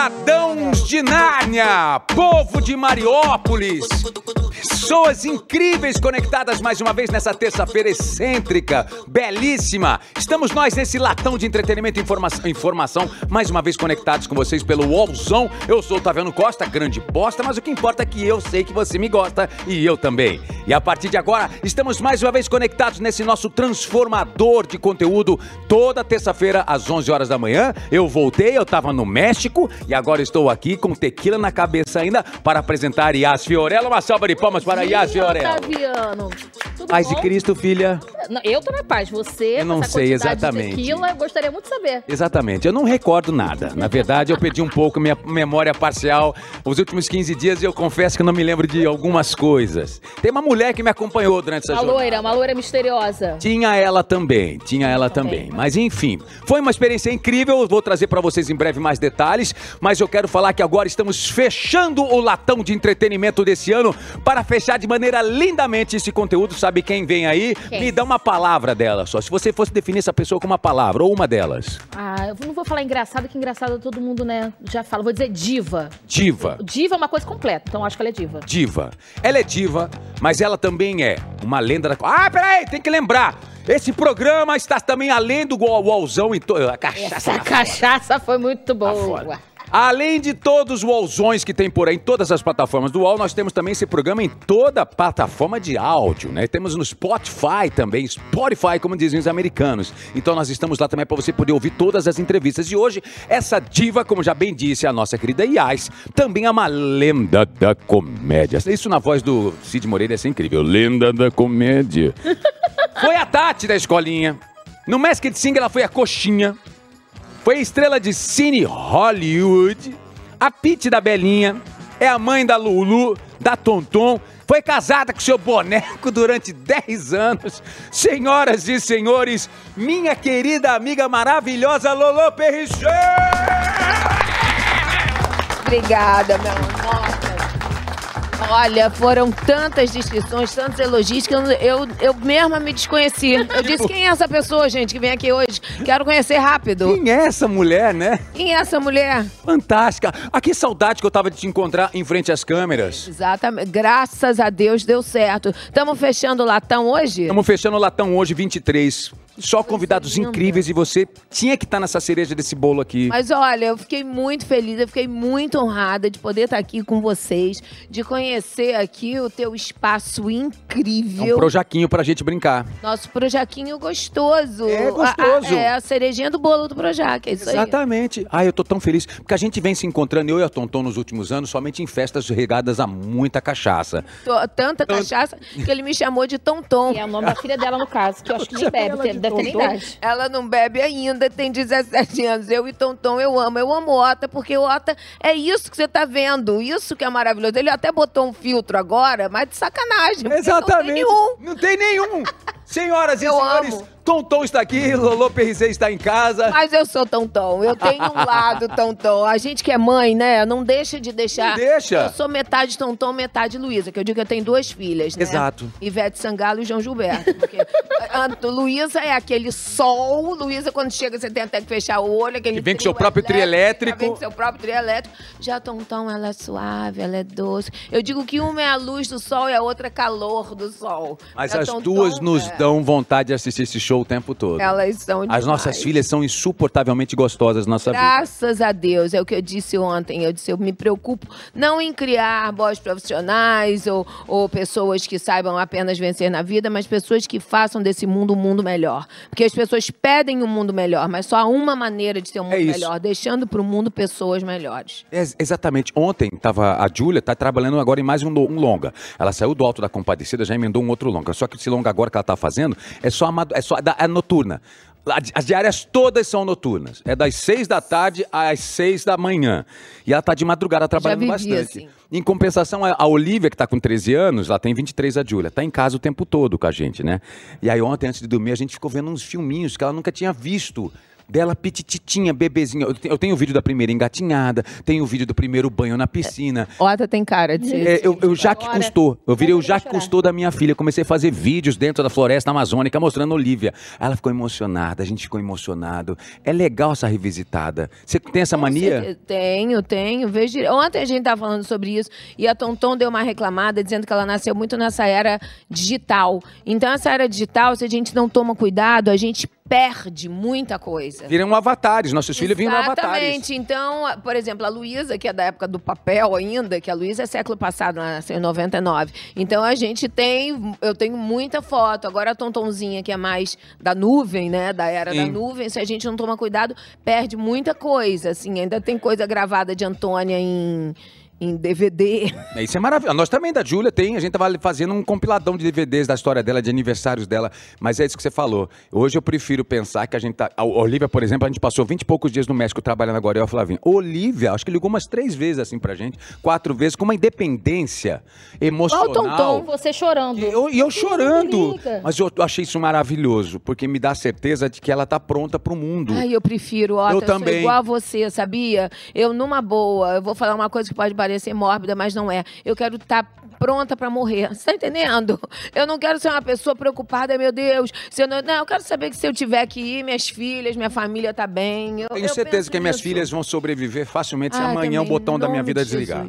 Cidadãos de Nárnia, povo de Mariópolis, pessoas incríveis conectadas mais uma vez nessa terça-feira excêntrica, belíssima. Estamos nós nesse latão de entretenimento e informação, mais uma vez conectados com vocês pelo UOLzão. Eu sou o Taviano Costa, grande bosta, mas o que importa é que eu sei que você me gosta e eu também. E a partir de agora, estamos mais uma vez conectados nesse nosso transformador de conteúdo. Toda terça-feira, às 11 horas da manhã, eu voltei, eu tava no México e agora estou aqui com tequila na cabeça ainda para apresentar Yas Fiorello. Uma salva de palmas para Yas Fiorello. Taviano, tudo Paz bom? de Cristo, filha. Eu tô na paz, você, Eu não essa sei quantidade exatamente. de tequila, eu gostaria muito de saber. Exatamente, eu não recordo nada. Na verdade, eu perdi um pouco minha memória parcial os últimos 15 dias e eu confesso que não me lembro de algumas coisas. Tem uma mulher que me acompanhou durante essa jornada. Uma loira misteriosa. Tinha ela também. Mas enfim, foi uma experiência incrível. Eu vou trazer para vocês em breve mais detalhes, mas eu quero falar que agora estamos fechando o latão de entretenimento desse ano para fechar de maneira lindamente esse conteúdo. Sabe quem vem aí? Quem? Me dá uma palavra dela só. Se você fosse definir essa pessoa com uma palavra ou uma delas. Eu não vou falar engraçado, que engraçado todo mundo, né, já fala. Vou dizer diva. Diva. Diva é uma coisa completa, então acho que ela é diva. Diva. Ela é diva, mas ela também é uma lenda da... Ah, peraí, tem que lembrar. Esse programa está também além do UOLzão e a cachaça. Essa cachaça foi muito boa. Foda. Além de todos os UOLzões que tem por aí, em todas as plataformas do UOL, nós temos também esse programa em toda plataforma de áudio, né? Temos no Spotify também, Spotify, como dizem os americanos. Então nós estamos lá também para você poder ouvir todas as entrevistas. E hoje, essa diva, como já bem disse a nossa querida Yas, também é uma lenda da comédia. Isso na voz do Cid Moreira é incrível. Lenda da comédia. Foi a Tati da escolinha. No Masked Singer ela foi a coxinha. Foi a estrela de Cine Hollywood, a Pitty da Belinha, é a mãe da Lulu, da Tonton, foi casada com seu boneco durante 10 anos. Senhoras e senhores, minha querida amiga maravilhosa Lolo Perrichet! Obrigada, meu amor. Olha, foram tantas descrições, tantos elogios que eu mesma me desconheci. Eu disse, quem é essa pessoa, gente, que vem aqui hoje? Quero conhecer rápido. Quem é essa mulher, né? Quem é essa mulher? Fantástica. Ah, que saudade que eu tava de te encontrar em frente às câmeras. Exatamente. Graças a Deus deu certo. Estamos fechando o latão hoje? Estamos fechando o latão hoje, 23. Só convidados incríveis e você tinha que estar nessa cereja desse bolo aqui. Mas olha, eu fiquei muito feliz, eu fiquei muito honrada de poder estar aqui com vocês, de conhecer aqui o teu espaço incrível. É um projaquinho pra gente brincar. Nosso projaquinho gostoso. É gostoso. É a cerejinha do bolo do Projac, é isso aí. Exatamente. Eu tô tão feliz, porque a gente vem se encontrando, eu e a Tonton, nos últimos anos, somente em festas regadas a muita cachaça. Tanta cachaça que ele me chamou de Tonton. E é o nome da filha dela, no caso, que eu acho que nem bebe, deve ter nem idade. Ela não bebe ainda, tem 17 anos. Eu e Tonton, eu amo o Ota, porque o Ota é isso que você tá vendo, isso que é maravilhoso. Ele até botou um filtro agora, mas de sacanagem. Exatamente. Não tem nenhum. Senhoras e senhores, amo. Tonton está aqui, Lolo Perrichet está em casa. Mas eu sou Tonton, eu tenho um lado Tonton. A gente que é mãe, né, não deixa de deixar. Não deixa. Eu sou metade Tonton, metade Luísa, que eu digo que eu tenho 2 filhas, né? Exato. Ivete Sangalo e João Gilberto. Porque Luísa é aquele sol, Luísa quando chega você tem até que fechar o olho. Aquele E vem com seu próprio trio elétrico. Vem com seu próprio trio elétrico. Já Tonton, ela é suave, ela é doce. Eu digo que uma é a luz do sol e a outra é calor do sol. Mas A as Tonton, duas nos dão vontade de assistir esse show o tempo todo. Elas são demais. As nossas filhas são insuportavelmente gostosas na nossa vida. Graças a Deus, é o que eu disse ontem. Eu disse, eu me preocupo não em criar bons profissionais ou pessoas que saibam apenas vencer na vida, mas pessoas que façam desse mundo um mundo melhor. Porque as pessoas pedem um mundo melhor, mas só há uma maneira de ter um mundo melhor, deixando para o mundo pessoas melhores. Exatamente. Ontem a Júlia tá trabalhando agora em mais um longa. Ela saiu do Alto da Compadecida, já emendou um outro longa. Só que esse longa agora que ela tá fazendo é só noturna. As diárias todas são noturnas. É das 6 da tarde às 6 da manhã. E ela tá de madrugada trabalhando bastante. Assim. Em compensação, a Olivia, que tá com 13 anos, ela tem 23, a Júlia, tá em casa o tempo todo com a gente, né? E aí ontem, antes de dormir, a gente ficou vendo uns filminhos que ela nunca tinha visto. dela pitititinha, bebezinha. Eu tenho o vídeo da primeira engatinhada, tenho o vídeo do primeiro banho na piscina. Ota tem cara de ser. Eu Jacques Cousteau. Eu virei o Jacques Cousteau da minha filha. Comecei a fazer vídeos dentro da floresta amazônica mostrando a Olivia. Ela ficou emocionada, a gente ficou emocionado. É legal essa revisitada. Você tem essa mania? Tenho. Vejo. Ontem a gente estava falando sobre isso e a Tonton deu uma reclamada dizendo que ela nasceu muito nessa era digital. Então, essa era digital, se a gente não toma cuidado, a gente perde muita coisa. Viram avatares, nossos filhos viram avatares. Exatamente. Então, por exemplo, a Luísa, que é da época do papel ainda, que a Luísa é século passado, nasceu em 99. Então, eu tenho muita foto. Agora a Tontonzinha, que é mais da nuvem, né, da era da nuvem, se a gente não toma cuidado, perde muita coisa, assim. Ainda tem coisa gravada de Antônia em DVD. Isso é maravilhoso. Nós também, da Júlia, a gente tava fazendo um compiladão de DVDs da história dela, de aniversários dela, mas é isso que você falou. Hoje eu prefiro pensar que a gente a Olivia, por exemplo, a gente passou 20 e poucos dias no México trabalhando agora, eu e a Flavinha. Olivia, acho que ligou umas 3 vezes assim pra gente, 4 vezes, com uma independência emocional. Olha o Tonton, você chorando. E eu chorando. Mas eu achei isso maravilhoso, porque me dá certeza de que ela tá pronta pro mundo. Ai, eu prefiro, eu também. Sou igual a você, sabia? Eu, numa boa, eu vou falar uma coisa que pode parecer mórbida, mas não é. Eu quero estar pronta pra morrer. Você tá entendendo? Eu não quero ser uma pessoa preocupada, meu Deus. Eu quero saber que se eu tiver que ir, minhas filhas, minha família tá bem. Tenho certeza que minhas filhas vão sobreviver facilmente se amanhã o botão da minha vida desligar.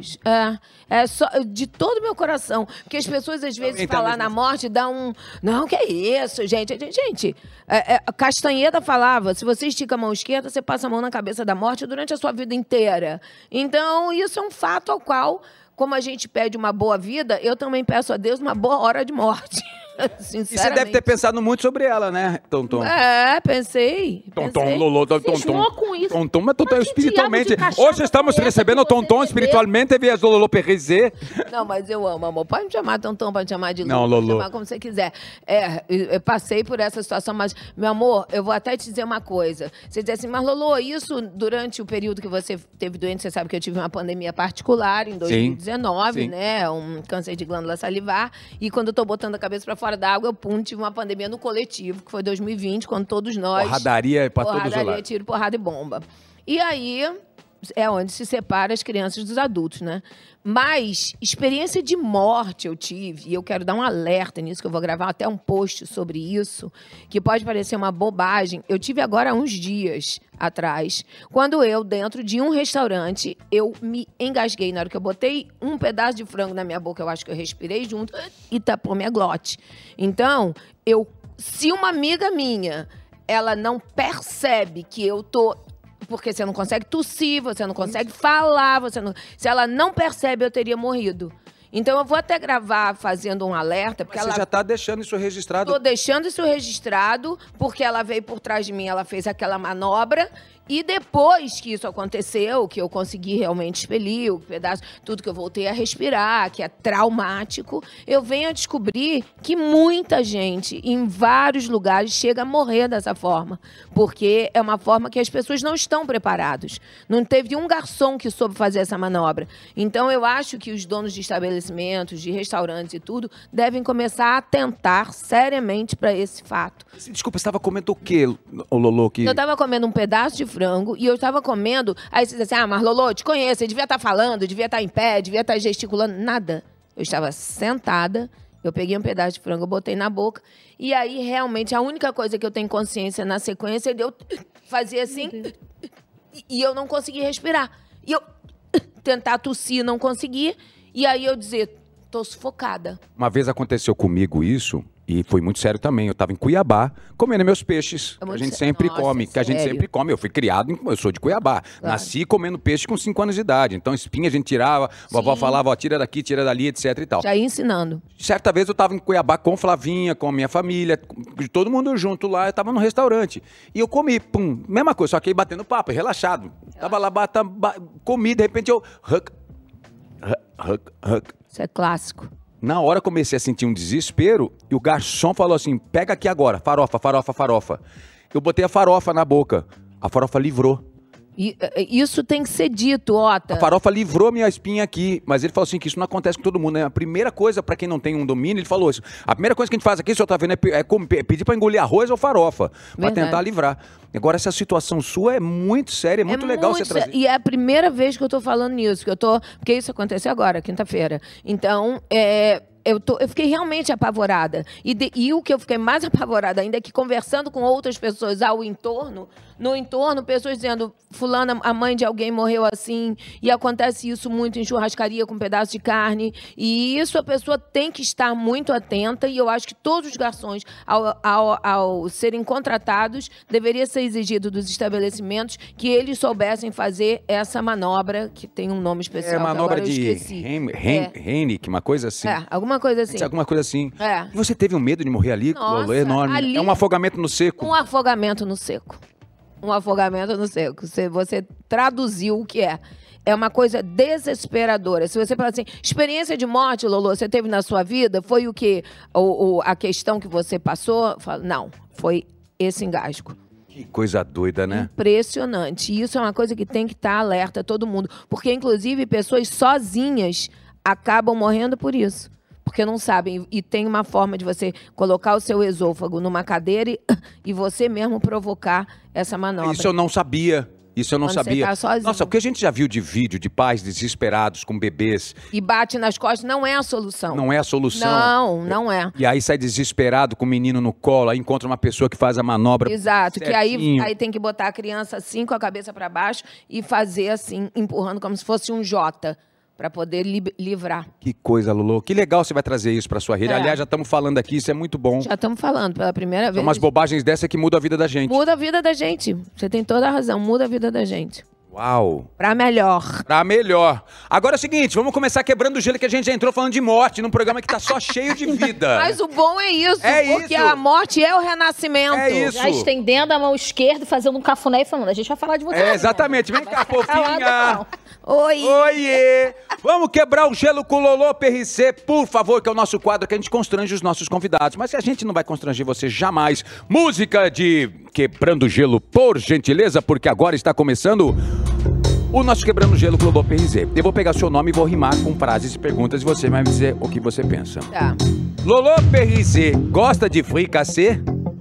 É só de todo o meu coração. Porque as pessoas, às vezes, falar na morte dá um... Não, que é isso, gente? Gente, Castanheda falava, se você estica a mão esquerda, você passa a mão na cabeça da morte durante a sua vida inteira. Então, isso é um fato ao qual, como a gente pede uma boa vida, eu também peço a Deus uma boa hora de morte. E você deve ter pensado muito sobre ela, né, Tonton? Pensei. Tonton, Lolo, Tonton. Com isso. Tonton, mas Tonton espiritualmente. Cachaça, Hoje estamos recebendo o Tonton espiritualmente e vias Lolo Perrizê. Não, mas eu amo, amor. Pode me chamar Tonton, pode me chamar de Lolo. Não, Lolo. Pode chamar como você quiser. Eu passei por essa situação, mas, meu amor, eu vou até te dizer uma coisa. Você diz assim, mas Lolo, isso durante o período que você teve doente, você sabe que eu tive uma pandemia particular em 2019, Sim. né? Um câncer de glândula salivar. E quando eu tô botando a cabeça pra fora d'água, eu tive uma pandemia no coletivo, que foi 2020, quando todos nós... Porradaria pra todos os lados. Porradaria, tiro, porrada e bomba. E aí, é onde se separa as crianças dos adultos, né? Mas, experiência de morte eu tive, e eu quero dar um alerta nisso, que eu vou gravar até um post sobre isso, que pode parecer uma bobagem. Eu tive agora uns dias atrás, quando eu, dentro de um restaurante, eu me engasguei. Na hora que eu botei um pedaço de frango na minha boca, eu acho que eu respirei junto e tapou minha glote. Então, se uma amiga minha, ela não percebe que eu tô... Porque você não consegue tossir, você não consegue falar, se ela não percebe, eu teria morrido. Então, eu vou até gravar fazendo um alerta. Porque você já está deixando isso registrado? Estou deixando isso registrado, porque ela veio por trás de mim, ela fez aquela manobra. E depois que isso aconteceu, que eu consegui realmente expelir o pedaço, tudo que eu voltei a respirar, que é traumático, eu venho a descobrir que muita gente, em vários lugares, chega a morrer dessa forma. Porque é uma forma que as pessoas não estão preparadas. Não teve um garçom que soube fazer essa manobra. Então, eu acho que os donos de estabelecimentos, de restaurantes e tudo, devem começar a atentar seriamente para esse fato. Desculpa, você estava comendo o quê, Lolo? Eu estava comendo um pedaço de frango e eu estava comendo. Aí você diz assim, mas Lolo, te conheço, você devia estar falando, devia estar em pé, devia estar gesticulando. Nada. Eu estava sentada, eu peguei um pedaço de frango, botei na boca e aí realmente a única coisa que eu tenho consciência na sequência é de eu fazer assim e eu não consegui respirar. E eu tentar tossir, não consegui. E aí eu dizer, tô sufocada. Uma vez aconteceu comigo isso. E foi muito sério também. Eu estava em Cuiabá, comendo meus peixes. A gente sempre come, que a gente sempre come. Eu fui criado, eu sou de Cuiabá. Claro. Nasci comendo peixe com 5 anos de idade. Então, espinha a gente tirava, a vovó falava, ó, tira daqui, tira dali, etc e tal. Já ia ensinando. Certa vez eu estava em Cuiabá com Flavinha, com a minha família, todo mundo junto lá, eu estava no restaurante. E eu comi, pum, mesma coisa, só que aí batendo papo, relaxado. Tava lá, comi, de repente eu... Isso é clássico. Na hora eu comecei a sentir um desespero e o garçom falou assim, pega aqui agora, farofa, farofa, farofa. Eu botei a farofa na boca, a farofa livrou. E isso tem que ser dito, Ota. A farofa livrou minha espinha aqui, mas ele falou assim que isso não acontece com todo mundo, né? A primeira coisa, pra quem não tem um domínio, ele falou isso. A primeira coisa que a gente faz aqui, o senhor tá vendo, é pedir pra engolir arroz ou farofa, pra tentar livrar. Agora, essa situação sua é muito séria, é muito legal você trazer. E é a primeira vez que eu tô falando nisso, porque isso aconteceu agora, quinta-feira. Então, eu fiquei realmente apavorada. E o que eu fiquei mais apavorada ainda é que, conversando com outras pessoas no entorno, pessoas dizendo, fulana, a mãe de alguém morreu assim, e acontece isso muito em churrascaria com um pedaço de carne. E isso a pessoa tem que estar muito atenta, e eu acho que todos os garçons, ao serem contratados, deveria ser exigido dos estabelecimentos que eles soubessem fazer essa manobra, que tem um nome especial. É manobra de Hennick, uma coisa assim. Alguma coisa assim. Alguma coisa assim. E você teve um medo de morrer ali? Nossa, é enorme. Ali, é um afogamento no seco. Um afogamento no seco. Um afogamento no seco. Você traduziu o que é. É uma coisa desesperadora. Se você falar assim, experiência de morte, Lolo, você teve na sua vida? Foi o quê? A questão que você passou? Não, foi esse engasgo. Que coisa doida, né? Impressionante. E isso é uma coisa que tem que estar alerta a todo mundo. Porque, inclusive, pessoas sozinhas acabam morrendo por isso. Porque não sabem. E tem uma forma de você colocar o seu esôfago numa cadeira e você mesmo provocar essa manobra. Isso eu não sabia. Isso eu não sabia. Você tá sozinho. Nossa, o que a gente já viu de vídeo de pais desesperados com bebês. E bate nas costas, não é a solução. Não é a solução. Não, não é. E aí sai desesperado com o menino no colo, aí encontra uma pessoa que faz a manobra. Exato, certinho. que aí tem que botar a criança assim, com a cabeça para baixo e fazer assim, empurrando como se fosse um J. Para poder livrar. Que coisa, Lolo. Que legal você vai trazer isso para sua rede. Aliás, já estamos falando aqui, isso é muito bom. Já estamos falando pela primeira vez. São umas bobagens dessa que mudam a vida da gente. Muda a vida da gente. Você tem toda a razão. Muda a vida da gente. Uau. Pra melhor. Pra melhor. Agora é o seguinte, vamos começar quebrando o gelo, que a gente já entrou falando de morte num programa que tá só cheio de vida. Mas o bom é isso, porque isso. a morte é o renascimento. É isso. Já estendendo a mão esquerda, fazendo um cafuné e falando, a gente vai falar de você. Exatamente. Vem cá, fofinha. Oi. Oiê. Vamos quebrar o gelo com o Lolo PRC, por favor, que é o nosso quadro que a gente constrange os nossos convidados. Mas a gente não vai constranger você jamais. Música de Quebrando o Gelo, por gentileza, porque agora está começando o nosso Quebrando o Gelo com o Lolo PRC. Eu vou pegar seu nome e vou rimar com frases e perguntas e você vai me dizer o que você pensa. Tá. Lolo PRC, gosta de fricassê?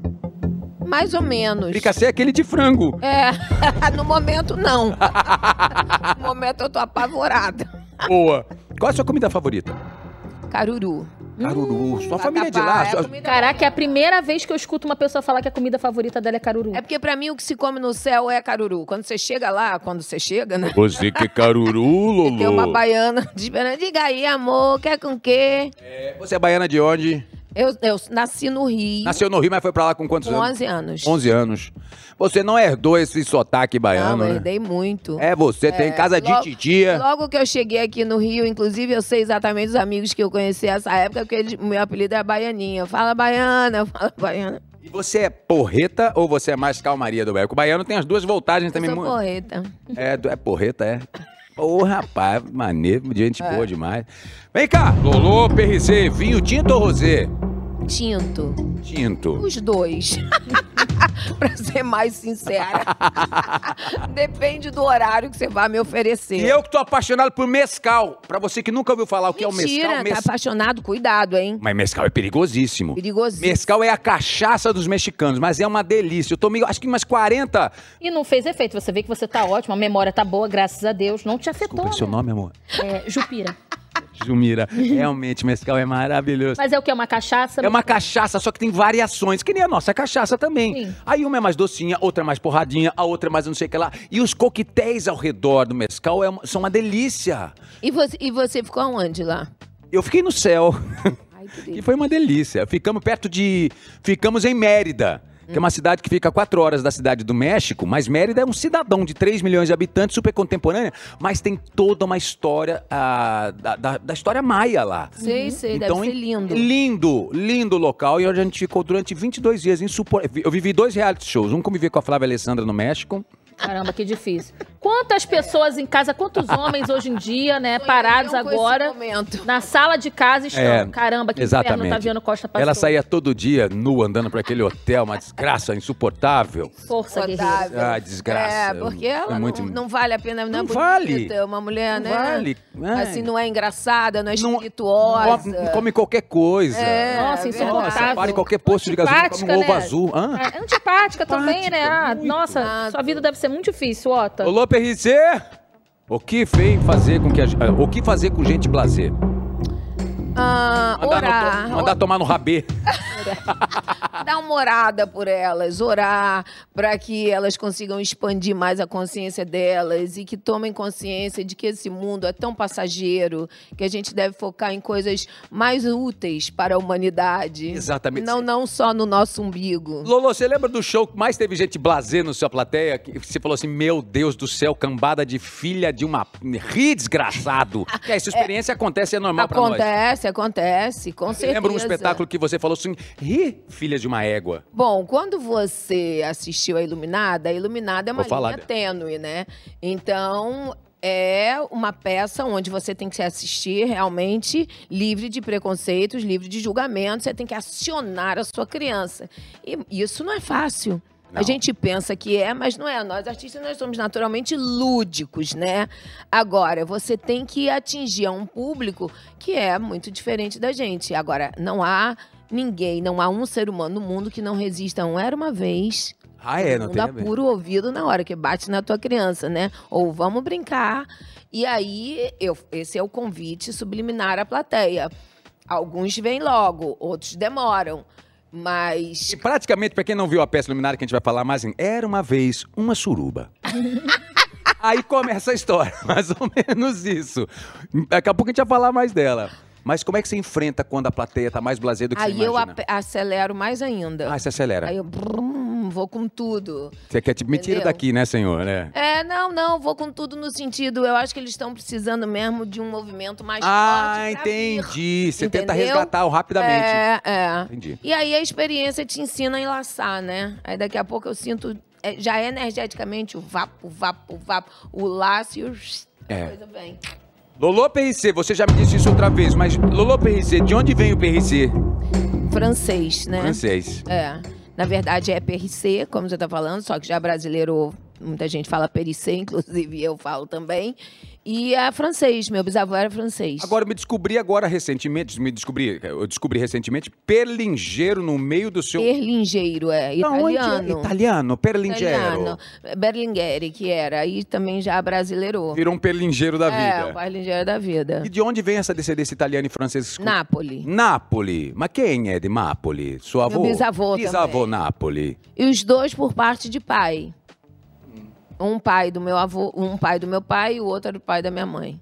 Mais ou menos. Fricassê é aquele de frango. No momento não. No momento eu tô apavorada. Boa. Qual é a sua comida favorita? Caruru. Caruru. Sua família é de lá? Caraca, é a primeira vez que eu escuto uma pessoa falar que a comida favorita dela é caruru. É porque pra mim o que se come no céu é caruru. Quando você chega lá, né? Você que é caruru, Lolo. Tem uma baiana esperando. Diga aí, amor, quer com o quê? Você é baiana de onde? Eu nasci no Rio. Nasceu no Rio, mas foi pra lá com quantos com anos? 11 anos. 11 anos. Você não herdou esse sotaque baiano, Não, eu né? herdei muito. Você tem casa de titia. Logo que eu cheguei aqui no Rio, inclusive eu sei exatamente os amigos que eu conheci nessa época, porque o meu apelido era Baianinha. Fala baiana, fala baiana. E você é porreta ou você é mais calmaria do bairro? O baiano tem as duas voltagens também. Eu sou porreta. É porreta, é? Ô, rapaz, maneiro, gente boa demais. Vem cá, Lolo PRC, vinho tinto ou rosé? Tinto. Tinto. Os dois. Pra ser mais sincera. Depende do horário que você vai me oferecer. E eu que tô apaixonado por mescal. Pra você que nunca ouviu falar o que é o mescal. Mentira, tá apaixonado? Cuidado, hein? Mas mescal é perigosíssimo. Perigosíssimo. Mescal é a cachaça dos mexicanos, mas é uma delícia. Eu tomei, acho que umas 40. E não fez efeito. Você vê que você tá ótimo, a memória tá boa, graças a Deus. Não te afetou, Desculpa, seu nome, amor? Jupira. Jumira. Realmente, mescal é maravilhoso. Mas é o que? É uma cachaça? É uma cachaça, só que tem variações, que nem a nossa cachaça também. Sim. Aí uma é mais docinha, outra é mais porradinha, a outra é mais não sei o que lá. E os coquetéis ao redor do mescal são uma delícia. E você ficou aonde lá? Eu fiquei no céu. Ai, que E delícia. foi uma delícia. Ficamos em Mérida, que é uma cidade que fica a 4 horas da cidade do México, mas Mérida é um cidadão de 3 milhões de habitantes, super contemporânea, mas tem toda uma história da história maia lá. Sei, deve ser lindo. Lindo local, e onde a gente ficou durante 22 dias insuportável. Eu vivi 2 reality shows, um convivi com a Flávia Alessandra no México, Caramba, que difícil. Quantas pessoas em casa, quantos homens hoje em dia, né, parados com esse agora, momento. na sala de casa estão. Caramba, que inferno tá vendo Costa Pastor. Ela saía todo dia nua, andando para aquele hotel, uma desgraça insuportável. Força, guerreira. Ah, desgraça. Porque ela não vale a pena, não é vale. bonita, uma mulher, Não né? vale. Assim, não é engraçada, não é espirituosa. Come qualquer coisa. Nossa, insuportável. Para em qualquer posto de gasolina, come um ovo azul. É antipática também, né? Ah, nossa, sua vida deve ser muito difícil, Ota. Olô, PRC! O que vem fazer com que o que fazer com gente blasé? Orar. Mandar tomar no rabê. Dar uma orada por elas, orar para que elas consigam expandir mais a consciência delas e que tomem consciência de que esse mundo é tão passageiro que a gente deve focar em coisas mais úteis para a humanidade. Exatamente. Não só no nosso umbigo. Lolo, você lembra do show que mais teve gente blasé no sua plateia? Que você falou assim, meu Deus do céu, cambada de filha de uma... Ri, desgraçado. Que essa experiência acontece, é normal pra nós. Acontece, com certeza. Lembra um espetáculo que você falou assim, ri, filha de uma égua. Bom, quando você assistiu a Iluminada é uma linha tênue, né? Então, é uma peça onde você tem que se assistir realmente livre de preconceitos, livre de julgamentos, você tem que acionar a sua criança. E isso não é fácil. Não. A gente pensa que mas não é. Nós, artistas, nós somos naturalmente lúdicos, né? Agora, você tem que atingir a um público que é muito diferente da gente. Agora, não há ninguém, não há um ser humano no mundo que não resista a Era Uma Vez. Não tem a ver. Dá puro ouvido na hora que bate na tua criança, né? Ou vamos brincar. E aí, esse é o convite subliminar à plateia. Alguns vêm logo, outros demoram. Mas... E praticamente, para quem não viu a peça Iluminada, que a gente vai falar mais, Era Uma Vez uma Suruba. Aí começa a história, mais ou menos isso. Daqui a pouco a gente vai falar mais dela. Mas como é que você enfrenta quando a plateia tá mais blasé do que você imagina? Aí eu acelero mais ainda. Você acelera. Aí eu vou com tudo. Você quer me tira daqui, né, senhor? Não, vou com tudo no sentido, eu acho que eles estão precisando mesmo de um movimento mais forte. Entendi. Você tenta resgatar rapidamente. Entendi. E aí a experiência te ensina a enlaçar, né? Aí daqui a pouco eu sinto, já energeticamente, o vapo, o laço e a coisa vem. Lolo PRC, você já me disse isso outra vez, mas Lolo PRC, de onde vem o PRC? Francês, né? Francês. Na verdade é PRC, como você está falando, só que já brasileiro, muita gente fala PRC, inclusive eu falo também. E é francês, meu bisavô era francês. Agora, eu descobri recentemente, perlingeiro no meio do seu... Perlingeiro, italiano. Italiano, perlingeiro. Berlingueri, que era. Aí também já brasileirou. Virou um perlingeiro da vida. Um perlingeiro da vida. E de onde vem essa descendência italiana e francesa? Nápoles. Mas quem é de Nápoles? Seu avô? Meu bisavô também. Nápoles. E os dois por parte de pai. Um pai do meu avô, um pai do meu pai e o outro era o pai da minha mãe.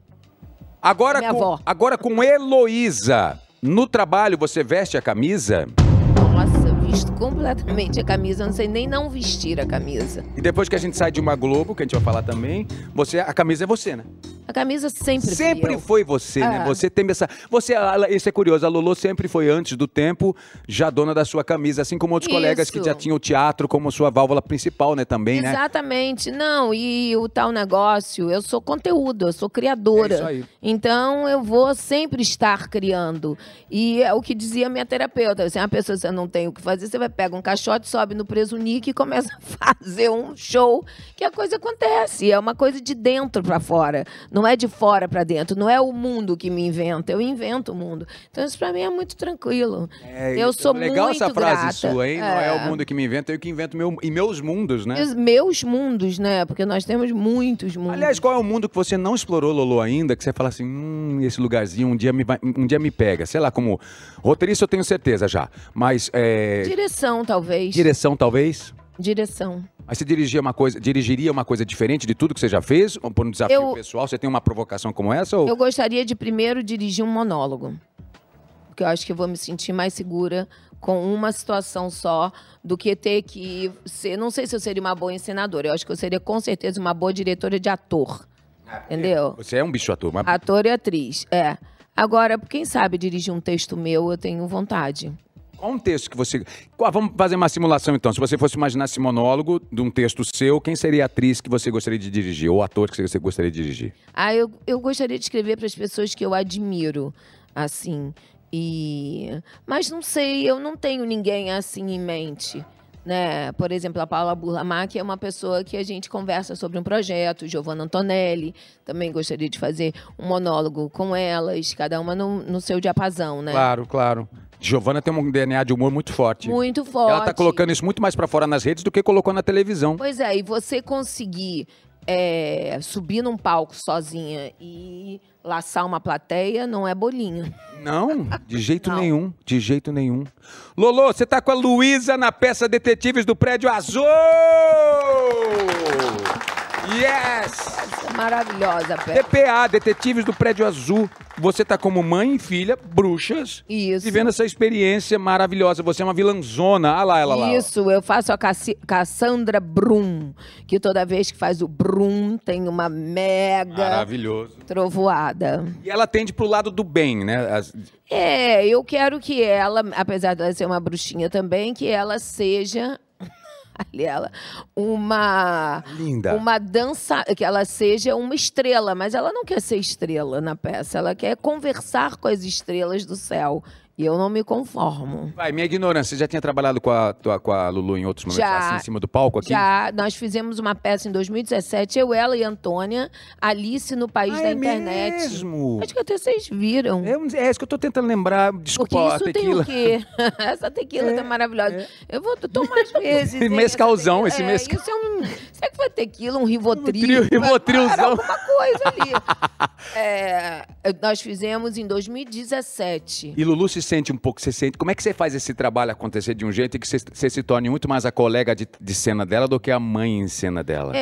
Agora com Heloísa, no trabalho você veste a camisa? Nossa, visto completamente a camisa, não sei nem não vestir a camisa. E depois que a gente sai de uma Globo, que a gente vai falar também, a camisa é você, né? A camisa sempre foi você, né? Você tem essa... Isso é curioso, a Lolo sempre foi, antes do tempo, já dona da sua camisa, assim como outros colegas que já tinham o teatro como sua válvula principal, né? Também, né? Exatamente. Não, e o tal negócio, eu sou conteúdo, eu sou criadora. É isso aí. Então, eu vou sempre estar criando. E é o que dizia minha terapeuta, se uma pessoa você não tem o que fazer, você vai pegar um caixote, sobe no Presunique e começa a fazer um show, que a coisa acontece. É uma coisa de dentro para fora. Não é de fora para dentro, não é o mundo que me inventa, eu invento o mundo. Então isso para mim é muito tranquilo. Eu sou muito grata. Legal essa frase sua, hein? Não é o mundo que me inventa, eu que invento meus mundos, né? Os meus mundos, né? Porque nós temos muitos mundos. Aliás, qual é o mundo que você não explorou, Lolo, ainda, que você fala assim, esse lugarzinho um dia me pega? Sei lá, como roteirista eu tenho certeza já, mas... Direção, talvez. Direção. Mas você dirigiria uma coisa diferente de tudo que você já fez? Ou por um desafio pessoal, você tem uma provocação como essa? Ou... Eu gostaria de primeiro dirigir um monólogo. Porque eu acho que eu vou me sentir mais segura com uma situação só do que ter que ser... Não sei se eu seria uma boa encenadora. Eu acho que eu seria, com certeza, uma boa diretora de ator. Entendeu? Você é um bicho ator. Ator e atriz, Agora, quem sabe dirigir um texto meu, eu tenho vontade. Qual um texto que você... Vamos fazer uma simulação, então. Se você fosse imaginar esse monólogo de um texto seu, quem seria a atriz que você gostaria de dirigir? Ou ator que você gostaria de dirigir? Eu gostaria de escrever para as pessoas que eu admiro, assim. Mas não sei, eu não tenho ninguém assim em mente. Né? Por exemplo, a Paula Burlamac é uma pessoa que a gente conversa sobre um projeto, Giovanna Antonelli, também gostaria de fazer um monólogo com elas, cada uma no seu diapasão, né? Claro, claro. Giovanna tem um DNA de humor muito forte. Muito forte. Ela tá colocando isso muito mais pra fora nas redes do que colocou na televisão. Pois é, e você conseguir subir num palco sozinha e laçar uma plateia não é bolinho. Não, de jeito nenhum, de jeito nenhum. Lolo, você tá com a Luísa na peça Detetives do Prédio Azul! Yes! Maravilhosa, Pé. DPA, Detetives do Prédio Azul. Você tá como mãe e filha, bruxas. Isso. Vivendo essa experiência maravilhosa. Você é uma vilãzona. Ah lá, ela lá. Isso, eu faço a Cassandra Brum, que toda vez que faz o Brum tem uma mega Maravilhoso. trovoada. E ela tende pro lado do bem, né? Eu quero que ela, apesar de ela ser uma bruxinha também, que ela seja... Linda. Uma dança, que ela seja uma estrela, mas ela não quer ser estrela na peça, ela quer conversar com as estrelas do céu. E eu não me conformo. Vai, minha ignorância, você já tinha trabalhado com a Lulu em outros momentos, Já, assim, em cima do palco aqui? Já, nós fizemos uma peça em 2017, eu, ela e Antônia, Alice no País da Internet. Mesmo? Acho que até vocês viram. É isso que eu tô tentando lembrar. Desculpa, Porque a isso tequila. tem o quê? Essa tequila tá maravilhosa. Eu vou tomar às vezes. hein, Mescalzão, essa tequila. esse mescal. Isso é um... Será que foi tequila? Um Rivotril? Rivotrilzão. Alguma coisa ali. Nós fizemos em 2017. E Lulu se sente um pouco, como é que você faz esse trabalho acontecer de um jeito que você se torne muito mais a colega de cena dela do que a mãe em cena dela?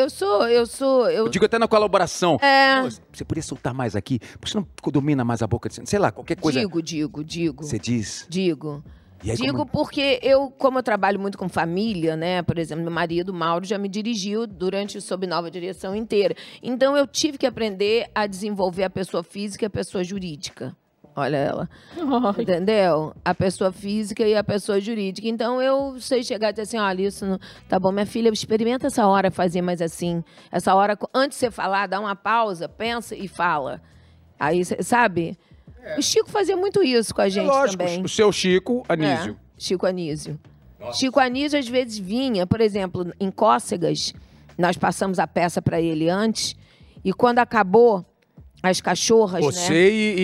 Eu digo até na colaboração. É. Pô, você podia soltar mais aqui? Por que você não domina mais a boca de cena? Sei lá, qualquer coisa. Digo. Você diz? Digo. E aí, Digo porque como eu trabalho muito com família, né? Por exemplo, meu marido, Mauro, já me dirigiu durante o Sob Nova Direção inteira. Então, eu tive que aprender a desenvolver a pessoa física e a pessoa jurídica. Olha ela. Entendeu? A pessoa física e a pessoa jurídica. Então, eu sei chegar e dizer assim, olha, isso não... Tá bom, minha filha, experimenta essa hora fazer mais assim. Essa hora, antes de você falar, dá uma pausa, pensa e fala. Aí, sabe? O Chico fazia muito isso com a gente também. O seu Chico Anísio. Chico Anísio. Nossa. Chico Anísio, às vezes, vinha, por exemplo, em Cócegas, nós passamos a peça para ele antes, e quando acabou... As cachorras, Você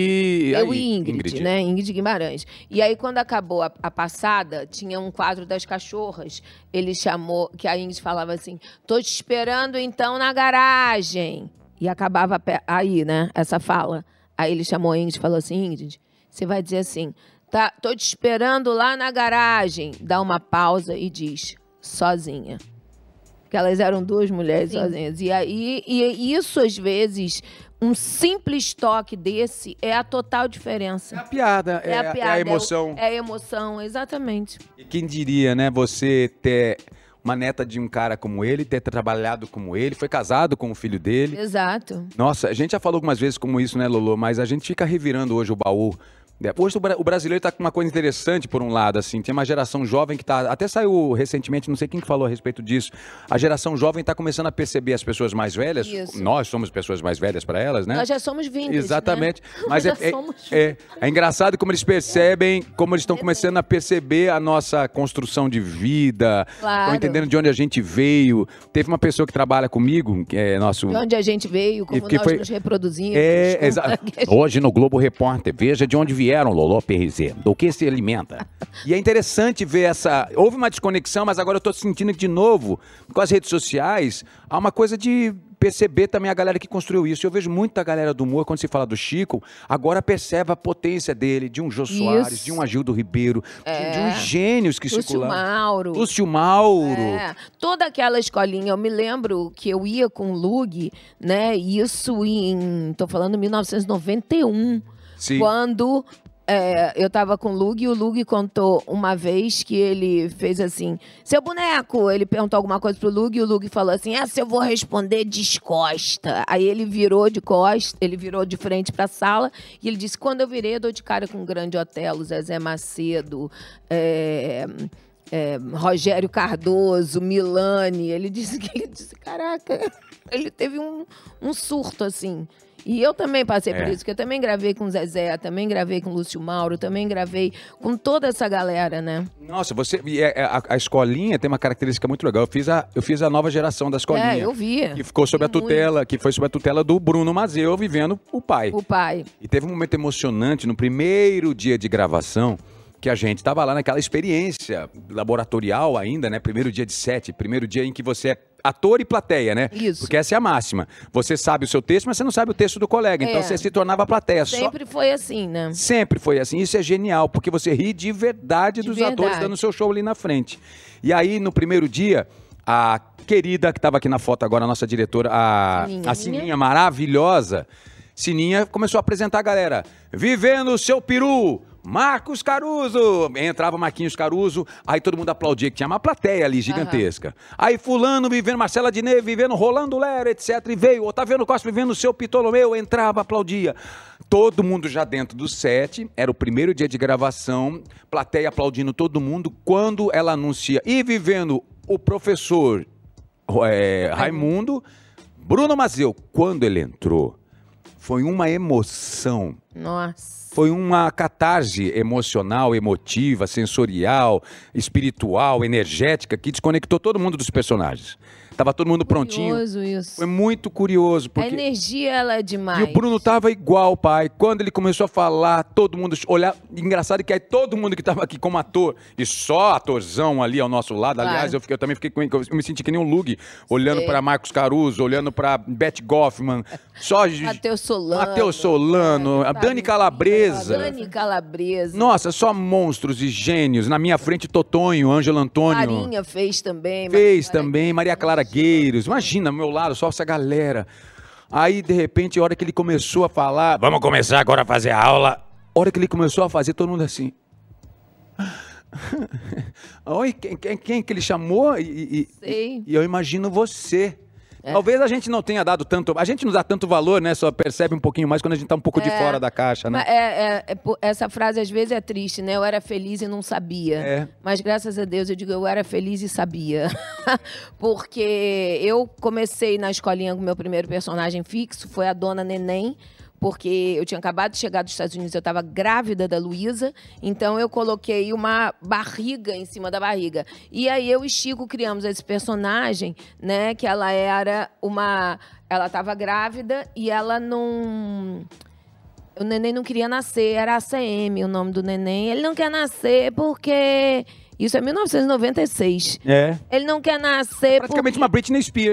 né? Eu e Ingrid, Ingrid, né? Ingrid Guimarães. E aí, quando acabou a passada, tinha um quadro das cachorras. Ele chamou, que a Ingrid falava assim, tô te esperando, então, na garagem. E acabava aí, né? Essa fala. Aí ele chamou a Ingrid e falou assim, Ingrid, você vai dizer assim, tá, tô te esperando lá na garagem. Dá uma pausa e diz, sozinha. Porque elas eram duas mulheres sozinhas. E aí, isso, às vezes... Um simples toque desse é a total diferença. É a piada, é a emoção. É a emoção, exatamente. E quem diria, né, você ter uma neta de um cara como ele, ter trabalhado como ele, foi casado com o filho dele. Exato. Nossa, a gente já falou algumas vezes como isso, né, Lolo? Mas a gente fica revirando hoje o baú. Hoje o brasileiro tá com uma coisa interessante, por um lado, assim, tem uma geração jovem que tá, até saiu recentemente, não sei quem que falou a respeito disso, a geração jovem tá começando a perceber as pessoas mais velhas, nós somos pessoas mais velhas para elas, né? Nós já somos vintage, exatamente, né? Mas é engraçado como eles percebem, como eles estão começando a perceber a nossa construção de vida, estão entendendo de onde a gente veio. Teve uma pessoa que trabalha comigo, que é nosso... De onde a gente veio, como nós nos reproduzimos. Hoje no Globo Repórter, veja de onde vieram, Lolo PRZ, do que se alimenta. E é interessante ver essa... Houve uma desconexão, mas agora eu estou sentindo que, de novo, com as redes sociais, há uma coisa de perceber também a galera que construiu isso. Eu vejo muita galera do humor, quando se fala do Chico, agora percebe a potência dele, de um Jô Soares, de um Agildo Ribeiro, de uns gênios que circularam. Lúcio Mauro. Toda aquela escolinha, eu me lembro que eu ia com o Lug, né, isso tô falando 1991, Sim. Quando eu tava com o Lug e o Lug contou uma vez que ele fez assim, seu boneco, ele perguntou alguma coisa pro Lug e o Lug falou assim, essa eu vou responder descosta. Aí ele virou de costa, ele virou de frente pra sala e ele disse, quando eu virei, eu dou de cara com o Grande Otelo, Zezé Macedo, Rogério Cardoso, Milani. Ele disse, caraca, ele teve um surto, assim. E eu também passei por isso, que eu também gravei com o Zezé, também gravei com o Lúcio Mauro, também gravei com toda essa galera, né? Nossa, a escolinha tem uma característica muito legal. Eu fiz a nova geração da escolinha. Eu vi. Que ficou sob a tutela, que foi sob a tutela do Bruno Mazeu, vivendo o pai. O pai. E teve um momento emocionante no primeiro dia de gravação, que a gente estava lá naquela experiência laboratorial ainda, né? Primeiro dia de set, primeiro dia em que você é ator e plateia, né? Isso. Porque essa é a máxima. Você sabe o seu texto, mas você não sabe o texto do colega. Então você se tornava plateia. Sempre foi assim, né? Sempre foi assim. Isso é genial, porque você ri de verdade dos atores dando seu show ali na frente. E aí, no primeiro dia, a querida, que estava aqui na foto agora, a nossa diretora, a Sininha maravilhosa, Sininha começou a apresentar a galera. Vivendo o seu peru! Marcos Caruso! Entrava Marquinhos Caruso, aí todo mundo aplaudia, que tinha uma plateia ali gigantesca. Aí fulano vivendo, Marcela Diné vivendo, Rolando Lero, etc. E veio, Otaviano Costa vivendo o seu Ptolomeu, entrava, aplaudia. Todo mundo já dentro do set, era o primeiro dia de gravação, plateia aplaudindo todo mundo, quando ela anuncia, e vivendo o professor Raimundo, Bruno Mazeu, quando ele entrou, foi uma emoção. Nossa. Foi uma catarse emocional, emotiva, sensorial, espiritual, energética, que desconectou todo mundo dos personagens. Tava todo mundo prontinho. Curioso isso. Foi muito curioso. Porque... A energia, ela é demais. E o Bruno tava igual, pai. Quando ele começou a falar, todo mundo olhar. Engraçado que aí todo mundo que tava aqui como ator, e só atorzão ali ao nosso lado. Claro. Aliás, eu também fiquei eu me senti que nem um Lug, olhando para Marcos Caruso, olhando para Beth Goffman, só Matheus Solano, a Dani Calabresa. Dani Calabresa. Nossa, só monstros e gênios. Na minha frente, Totonho, Ângelo Antônio. Marinha fez também. Maria Clara Gueiros. Imagina, ao meu lado, só essa galera. Aí, de repente, a hora que ele começou a falar... Vamos começar agora a fazer a aula. A hora que ele começou a fazer, todo mundo assim... Oi, quem que ele chamou? Sei. E eu imagino você. Talvez a gente não tenha dado tanto... A gente não dá tanto valor, né? Só percebe um pouquinho mais quando a gente tá um pouco de fora da caixa, né? Essa frase, às vezes, é triste, né? Eu era feliz e não sabia. Mas, graças a Deus, eu digo, eu era feliz e sabia. Porque eu comecei na escolinha com o meu primeiro personagem fixo, foi a Dona Neném, porque eu tinha acabado de chegar dos Estados Unidos, eu estava grávida da Luísa, então eu coloquei uma barriga em cima da barriga. E aí eu e Chico criamos esse personagem, né, que ela era ela estava grávida e ela não... O neném não queria nascer, era ACM o nome do neném. Ele não quer nascer porque... Isso é 1996. Ele não quer nascer praticamente uma Britney Spears.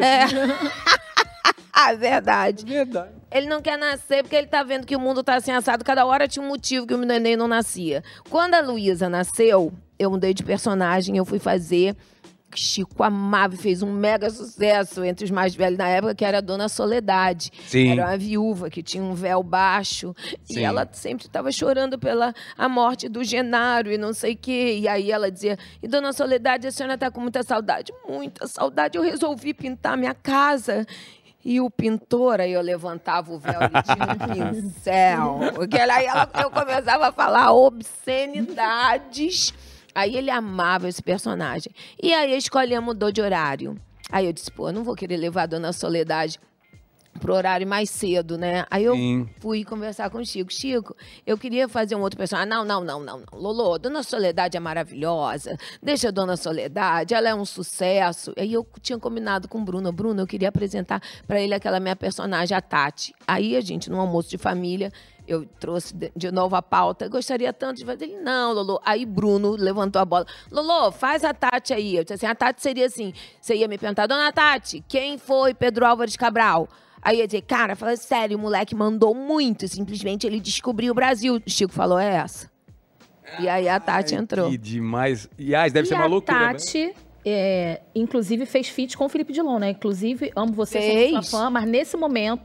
Verdade. Ele não quer nascer porque ele tá vendo que o mundo tá assim assado. Cada hora tinha um motivo que o neném não nascia. Quando a Luísa nasceu, eu mudei de personagem, eu fui fazer... Chico amava e fez um mega sucesso entre os mais velhos na época, que era a Dona Soledade. Sim. Era uma viúva que tinha um véu baixo. Sim. E ela sempre estava chorando pela a morte do Genaro e não sei o quê. E aí ela dizia, e Dona Soledade, a senhora está com muita saudade? Muita saudade. Eu resolvi pintar minha casa. E o pintor, aí eu levantava o véu, ele tinha um pincel. Porque aí eu começava a falar obscenidades. Aí ele amava esse personagem. E aí a escolinha mudou de horário. Aí eu disse, pô, eu não vou querer levar a Dona Soledade pro horário mais cedo, né? Aí eu fui conversar com o Chico. Chico, eu queria fazer um outro personagem. Não. Lolo, Dona Soledade é maravilhosa. Deixa a Dona Soledade, ela é um sucesso. Aí eu tinha combinado com o Bruno. Bruno, eu queria apresentar para ele aquela minha personagem, a Tati. Aí a gente, num almoço de família... Eu trouxe de novo a pauta. Gostaria tanto de fazer. Ele, não, Lolo. Aí Bruno levantou a bola. Lolo, faz a Tati aí. Eu disse assim, a Tati seria assim. Você ia me perguntar, Dona Tati, quem foi Pedro Álvares Cabral? Aí eu ia dizer, cara, fala sério, o moleque mandou muito. Simplesmente ele descobriu o Brasil. O Chico falou, é essa. E aí a Tati entrou. Que demais. E deve ser uma loucura, a Tati... Inclusive, fez feat com o Felipe Dilon, né? Inclusive, amo você, sou sua fã, mas nesse momento...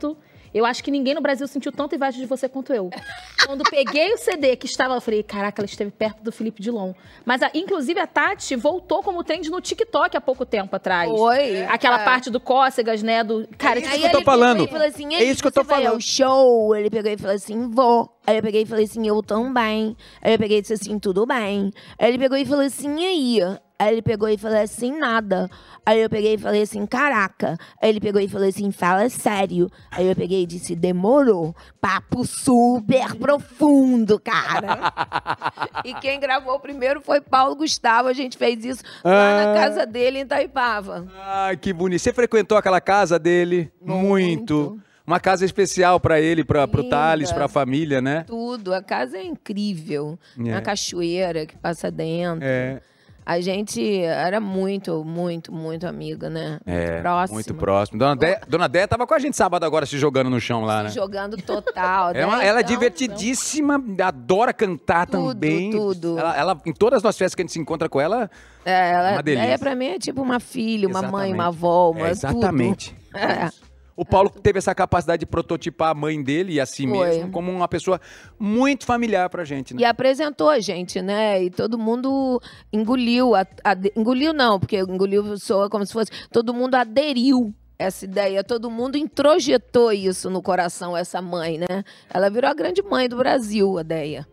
Eu acho que ninguém no Brasil sentiu tanta inveja de você quanto eu. Quando peguei o CD que estava, eu falei, caraca, ela esteve perto do Felipe Dilon. Mas, inclusive, a Tati voltou como trend no TikTok há pouco tempo atrás. Foi. Aquela parte do Cócegas, né? Cara, é isso que eu tô falando. Assim, é isso que eu tô falando. O show, ele pegou e falou assim, vou. Aí eu peguei e falei assim, eu também. Aí eu peguei e disse assim, tudo bem. Aí ele pegou e falou assim, e aí? Aí ele pegou e falou assim, nada. Aí eu peguei e falei assim, caraca. Aí ele pegou e falou assim, fala sério. Aí eu peguei e disse, demorou. Papo super profundo, cara. E quem gravou primeiro foi Paulo Gustavo. A gente fez isso lá na casa dele em Itaipava. Ai, que bonito. Você frequentou aquela casa dele? Muito. Uma casa especial pra ele, pro Thales, pra família, né? Tudo. A casa é incrível. Uma cachoeira que passa dentro. A gente era muito, muito, muito amiga, né? Muito próxima. Muito próximo. Dona Déia tava com a gente sábado agora se jogando no chão lá, né? Jogando total, né? Ela é divertidíssima, adora cantar também. Tudo. Ela, em todas as nossas festas que a gente se encontra com ela, uma delícia. Pra mim é tipo uma filha, uma mãe, uma avó, uma exatamente. tudo. O Paulo teve essa capacidade de prototipar a mãe dele e a si mesmo como uma pessoa muito familiar pra gente, né? E apresentou a gente, né? E todo mundo engoliu. Engoliu não, porque engoliu soa como se fosse... Todo mundo aderiu essa ideia. Todo mundo introjetou isso no coração, essa mãe, né? Ela virou a grande mãe do Brasil, a Déia.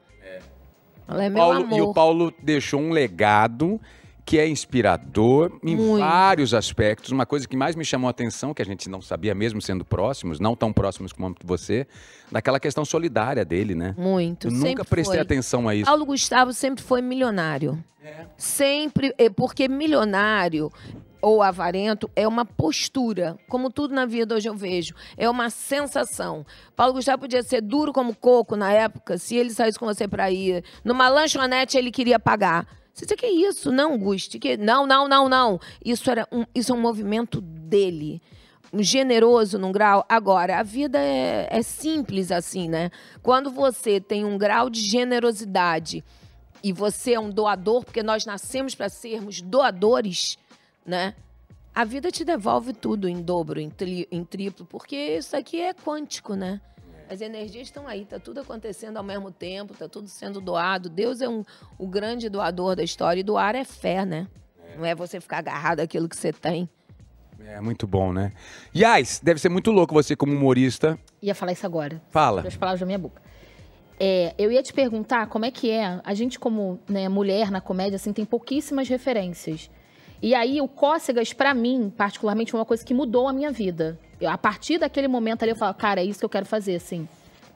Ela é meu amor. E o Paulo deixou um legado que é inspirador em vários aspectos. Uma coisa que mais me chamou a atenção, que a gente não sabia mesmo sendo próximos, não tão próximos como você, daquela questão solidária dele, né? Muito, Eu nunca prestei atenção a isso. Paulo Gustavo sempre foi milionário. Sempre, porque milionário ou avarento é uma postura, como tudo na vida hoje eu vejo, é uma sensação. Paulo Gustavo podia ser duro como coco na época, se ele saísse com você para ir numa lanchonete, ele queria pagar. Você que é isso? Não, Gusti. Não. Isso é um movimento dele. Generoso num grau. Agora, a vida é simples assim, né? Quando você tem um grau de generosidade e você é um doador, porque nós nascemos para sermos doadores, né? A vida te devolve tudo em dobro, em triplo, porque isso aqui é quântico, né? As energias estão aí, tá tudo acontecendo ao mesmo tempo, tá tudo sendo doado. Deus é o grande doador da história. E doar é fé, né? Não é você ficar agarrado àquilo que você tem. É muito bom, né? Yas, deve ser muito louco você como humorista. Ia falar isso agora. Fala. As palavras da minha boca. Eu ia te perguntar como é que é. A gente como mulher na comédia, assim, tem pouquíssimas referências. E aí o Cócegas, pra mim, particularmente, foi uma coisa que mudou a minha vida. A partir daquele momento ali, eu falo, cara, é isso que eu quero fazer, assim.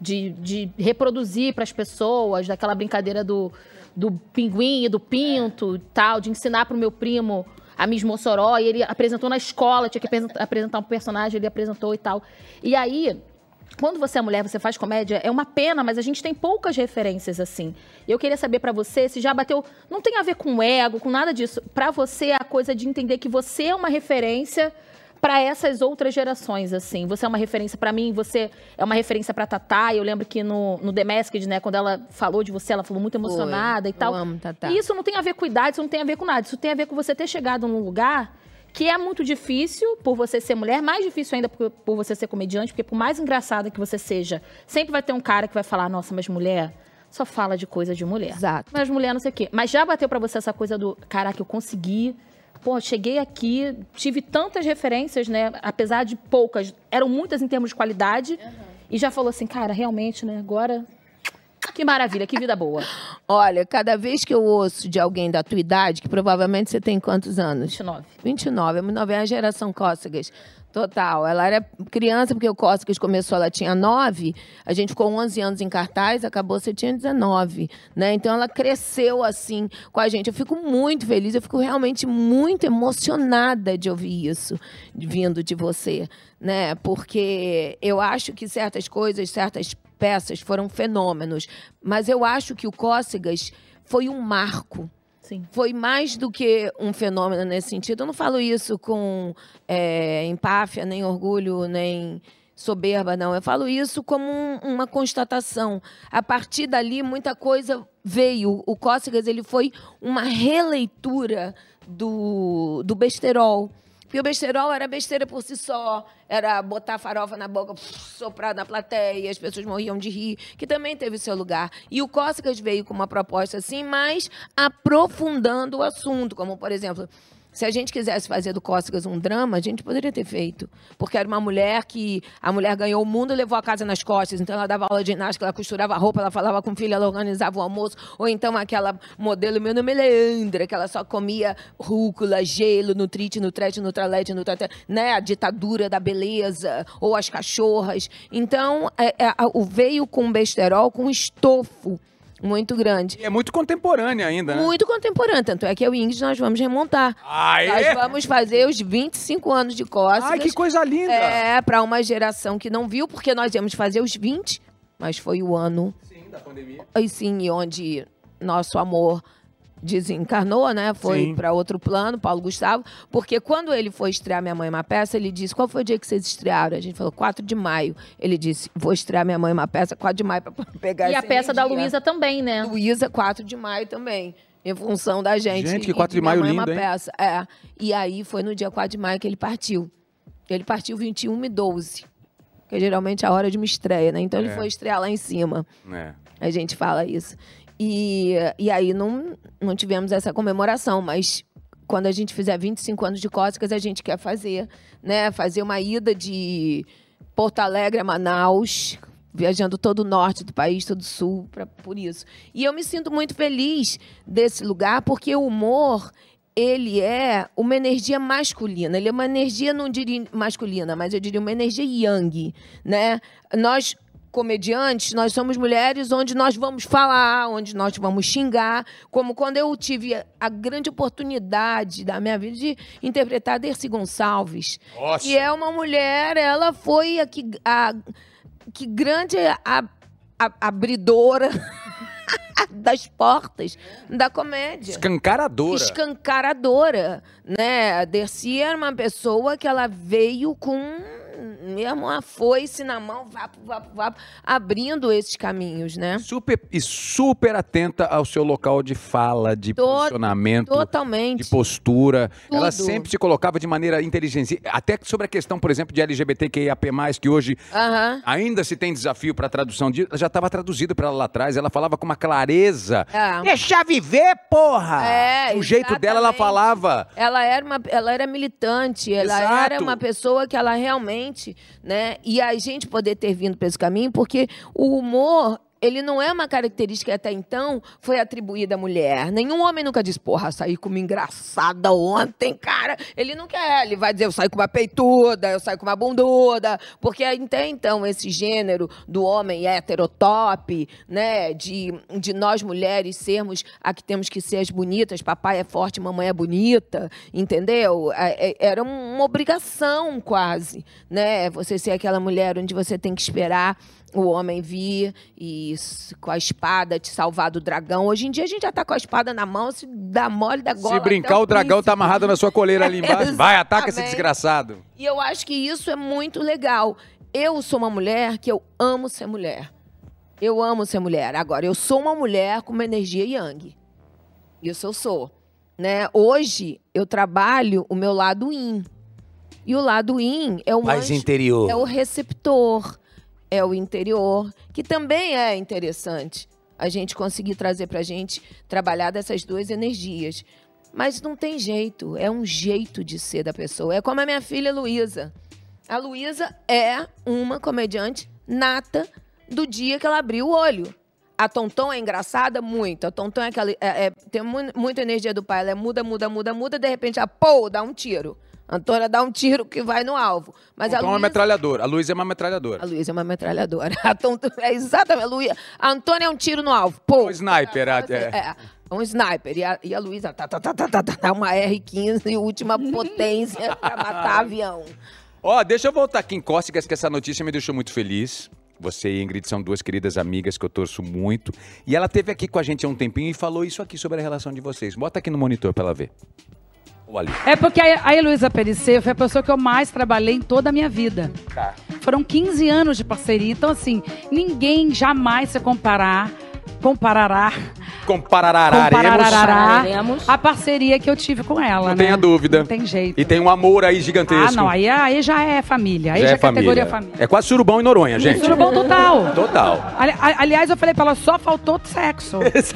De reproduzir pras pessoas, daquela brincadeira do pinguim e do pinto e tal, de ensinar pro meu primo a Miss Mossoró, e ele apresentou na escola, tinha que apresentar um personagem, ele apresentou e tal. E aí, quando você é mulher, você faz comédia, é uma pena, mas a gente tem poucas referências assim. Eu queria saber pra você se já bateu... Não tem a ver com ego, com nada disso. Pra você, é a coisa de entender que você é uma referência pra essas outras gerações, assim. Você é uma referência pra mim, você é uma referência pra Tatá. Eu lembro que no The Masked, né, quando ela falou de você, ela falou muito emocionada e tal. Eu amo Tatá. E isso não tem a ver com idade, isso não tem a ver com nada. Isso tem a ver com você ter chegado num lugar que é muito difícil por você ser mulher, mais difícil ainda por você ser comediante, porque por mais engraçada que você seja, sempre vai ter um cara que vai falar, nossa, mas mulher só fala de coisa de mulher. Exato. Mas mulher não sei o quê. Mas já bateu pra você essa coisa do, caraca, eu consegui, pô, cheguei aqui, tive tantas referências, né, apesar de poucas, eram muitas em termos de qualidade, e já falou assim, cara, realmente, né, agora... Que maravilha, que vida boa. Olha, cada vez que eu ouço de alguém da tua idade, que provavelmente você tem quantos anos? 29. 29, é a geração Cócegas. Total. Ela era criança, porque o Cócegas começou, ela tinha 9, a gente ficou 11 anos em cartaz, acabou, você tinha 19, né? Então, ela cresceu, assim, com a gente. Eu fico muito feliz, eu fico realmente muito emocionada de ouvir isso, vindo de você, né? Porque eu acho que certas coisas, certas peças foram fenômenos, mas eu acho que o Cócegas foi um marco. Sim. Foi mais do que um fenômeno nesse sentido. Eu não falo isso com empáfia, nem orgulho, nem soberba, não. Eu falo isso como uma constatação. A partir dali, muita coisa veio. O Cócegas, ele foi uma releitura do besterol. Porque o besterol era besteira por si só, era botar farofa na boca, soprar na plateia, as pessoas morriam de rir, que também teve seu lugar. E o Cócegas veio com uma proposta assim, mas aprofundando o assunto, como, por exemplo, se a gente quisesse fazer do Cócegas um drama, a gente poderia ter feito. Porque era uma mulher que... A mulher ganhou o mundo e levou a casa nas costas. Então, ela dava aula de ginástica, ela costurava roupa, ela falava com o filho, ela organizava o almoço. Ou então, aquela modelo, meu nome é Leandra, que ela só comia rúcula, gelo, nutrite, nutrete, nutralete, né? A ditadura da beleza. Ou as cachorras. Então, veio com besterol, com estofo muito grande. E é muito contemporânea ainda, né? Muito contemporânea. Tanto é que eu e Ingrid nós vamos remontar. Nós vamos fazer os 25 anos de Cócegas. Ai, que coisa linda! Para uma geração que não viu, porque nós íamos fazer os 20, mas foi o ano... Sim, da pandemia. E sim, onde nosso amor desencarnou, né? Foi para outro plano, Paulo Gustavo, porque quando ele foi estrear Minha Mãe é uma Peça, ele disse, qual foi o dia que vocês estrearam? A gente falou, 4 de maio. Ele disse, vou estrear Minha Mãe é uma Peça, 4 de maio, para pegar E a peça da Luísa também, né? Luísa, 4 de maio também, em função da gente. Gente, que 4 de maio lindo, hein? Peça. E aí foi no dia 4 de maio que ele partiu. Ele partiu 21h12, que é geralmente a hora de uma estreia, né? Então ele foi estrear lá em cima. A gente fala isso. E aí não tivemos essa comemoração, mas quando a gente fizer 25 anos de Cócegas, a gente quer fazer, né? Fazer uma ida de Porto Alegre a Manaus, viajando todo o norte do país, todo o sul, por isso. E eu me sinto muito feliz desse lugar, porque o humor, ele é uma energia masculina. Ele é uma energia, não diria masculina, mas eu diria uma energia yang, né? Nós, comediantes, nós somos mulheres onde nós vamos falar, onde nós vamos xingar, como quando eu tive a grande oportunidade da minha vida de interpretar a Dercy Gonçalves. Nossa. Que é uma mulher, ela foi que grande abridora das portas da comédia. Escancaradora. Escancaradora, né? A Dercy era uma pessoa que ela veio com mesmo uma foice na mão, vapo, abrindo esses caminhos, né? Super atenta ao seu local de fala, de posicionamento, totalmente. de postura. Tudo. Ela sempre se colocava de maneira inteligente. Até sobre a questão, por exemplo, de LGBTQIAP+, que hoje ainda se tem desafio para tradução disso, já estava traduzido para ela lá atrás. Ela falava com uma clareza. Deixa viver, porra! O jeito dela, ela falava. Ela era militante, ela era uma pessoa que ela realmente, né? E a gente poder ter vindo para esse caminho, porque o humor, ele não é uma característica que até então foi atribuída à mulher. Nenhum homem nunca diz, porra, saí com uma engraçada ontem, cara. Ele não quer, ele vai dizer, eu saí com uma peituda, eu saí com uma bunduda. Porque até então, esse gênero do homem heterotop, né, de nós mulheres sermos a que temos que ser as bonitas, papai é forte, mamãe é bonita, entendeu? Era uma obrigação quase, né? Você ser aquela mulher onde você tem que esperar o homem vir e com a espada te salvar do dragão. Hoje em dia a gente já tá com a espada na mão, se dá mole da gola. Se brincar, o dragão tá amarrado na sua coleira ali embaixo. Vai, ataca esse desgraçado. E eu acho que isso é muito legal. Eu sou uma mulher que eu amo ser mulher. Eu amo ser mulher. Agora, eu sou uma mulher com uma energia yang. Isso eu sou. Né? Hoje, eu trabalho o meu lado yin. E o lado yin é o mais interior. É o receptor. É o interior, que também é interessante a gente conseguir trazer pra gente, trabalhar dessas duas energias. Mas não tem jeito, é um jeito de ser da pessoa. É como a minha filha Luísa. A Luísa é uma comediante nata do dia que ela abriu o olho. A Tonton é engraçada? Muito. A Tonton tem muita energia do pai. Ela é muda, de repente ela, dá um tiro. A Antônia dá um tiro que vai no alvo. Mas então é uma metralhadora. A Luísa é uma metralhadora. A Luísa é uma metralhadora. Exatamente. A Antônia é um tiro no alvo. Um sniper. Um sniper. E a Luísa é uma R-15, última potência pra matar avião. Deixa eu voltar aqui em Cócegas, que essa notícia me deixou muito feliz. Você e Ingrid são duas queridas amigas que eu torço muito. E ela esteve aqui com a gente há um tempinho e falou isso aqui sobre a relação de vocês. Bota aqui no monitor pra ela ver. É porque a Heloísa Perissé foi a pessoa que eu mais trabalhei em toda a minha vida. Tá. Foram 15 anos de parceria. Então, assim, ninguém jamais se comparará compararararemos. A parceria que eu tive com ela, Não né? tenha dúvida. Não tem jeito. E tem um amor aí gigantesco. Ah, não, aí já é família. Aí já é categoria família. É quase Surubão e Noronha, gente. Surubão total. Total. Aliás, eu falei pra ela, só faltou sexo.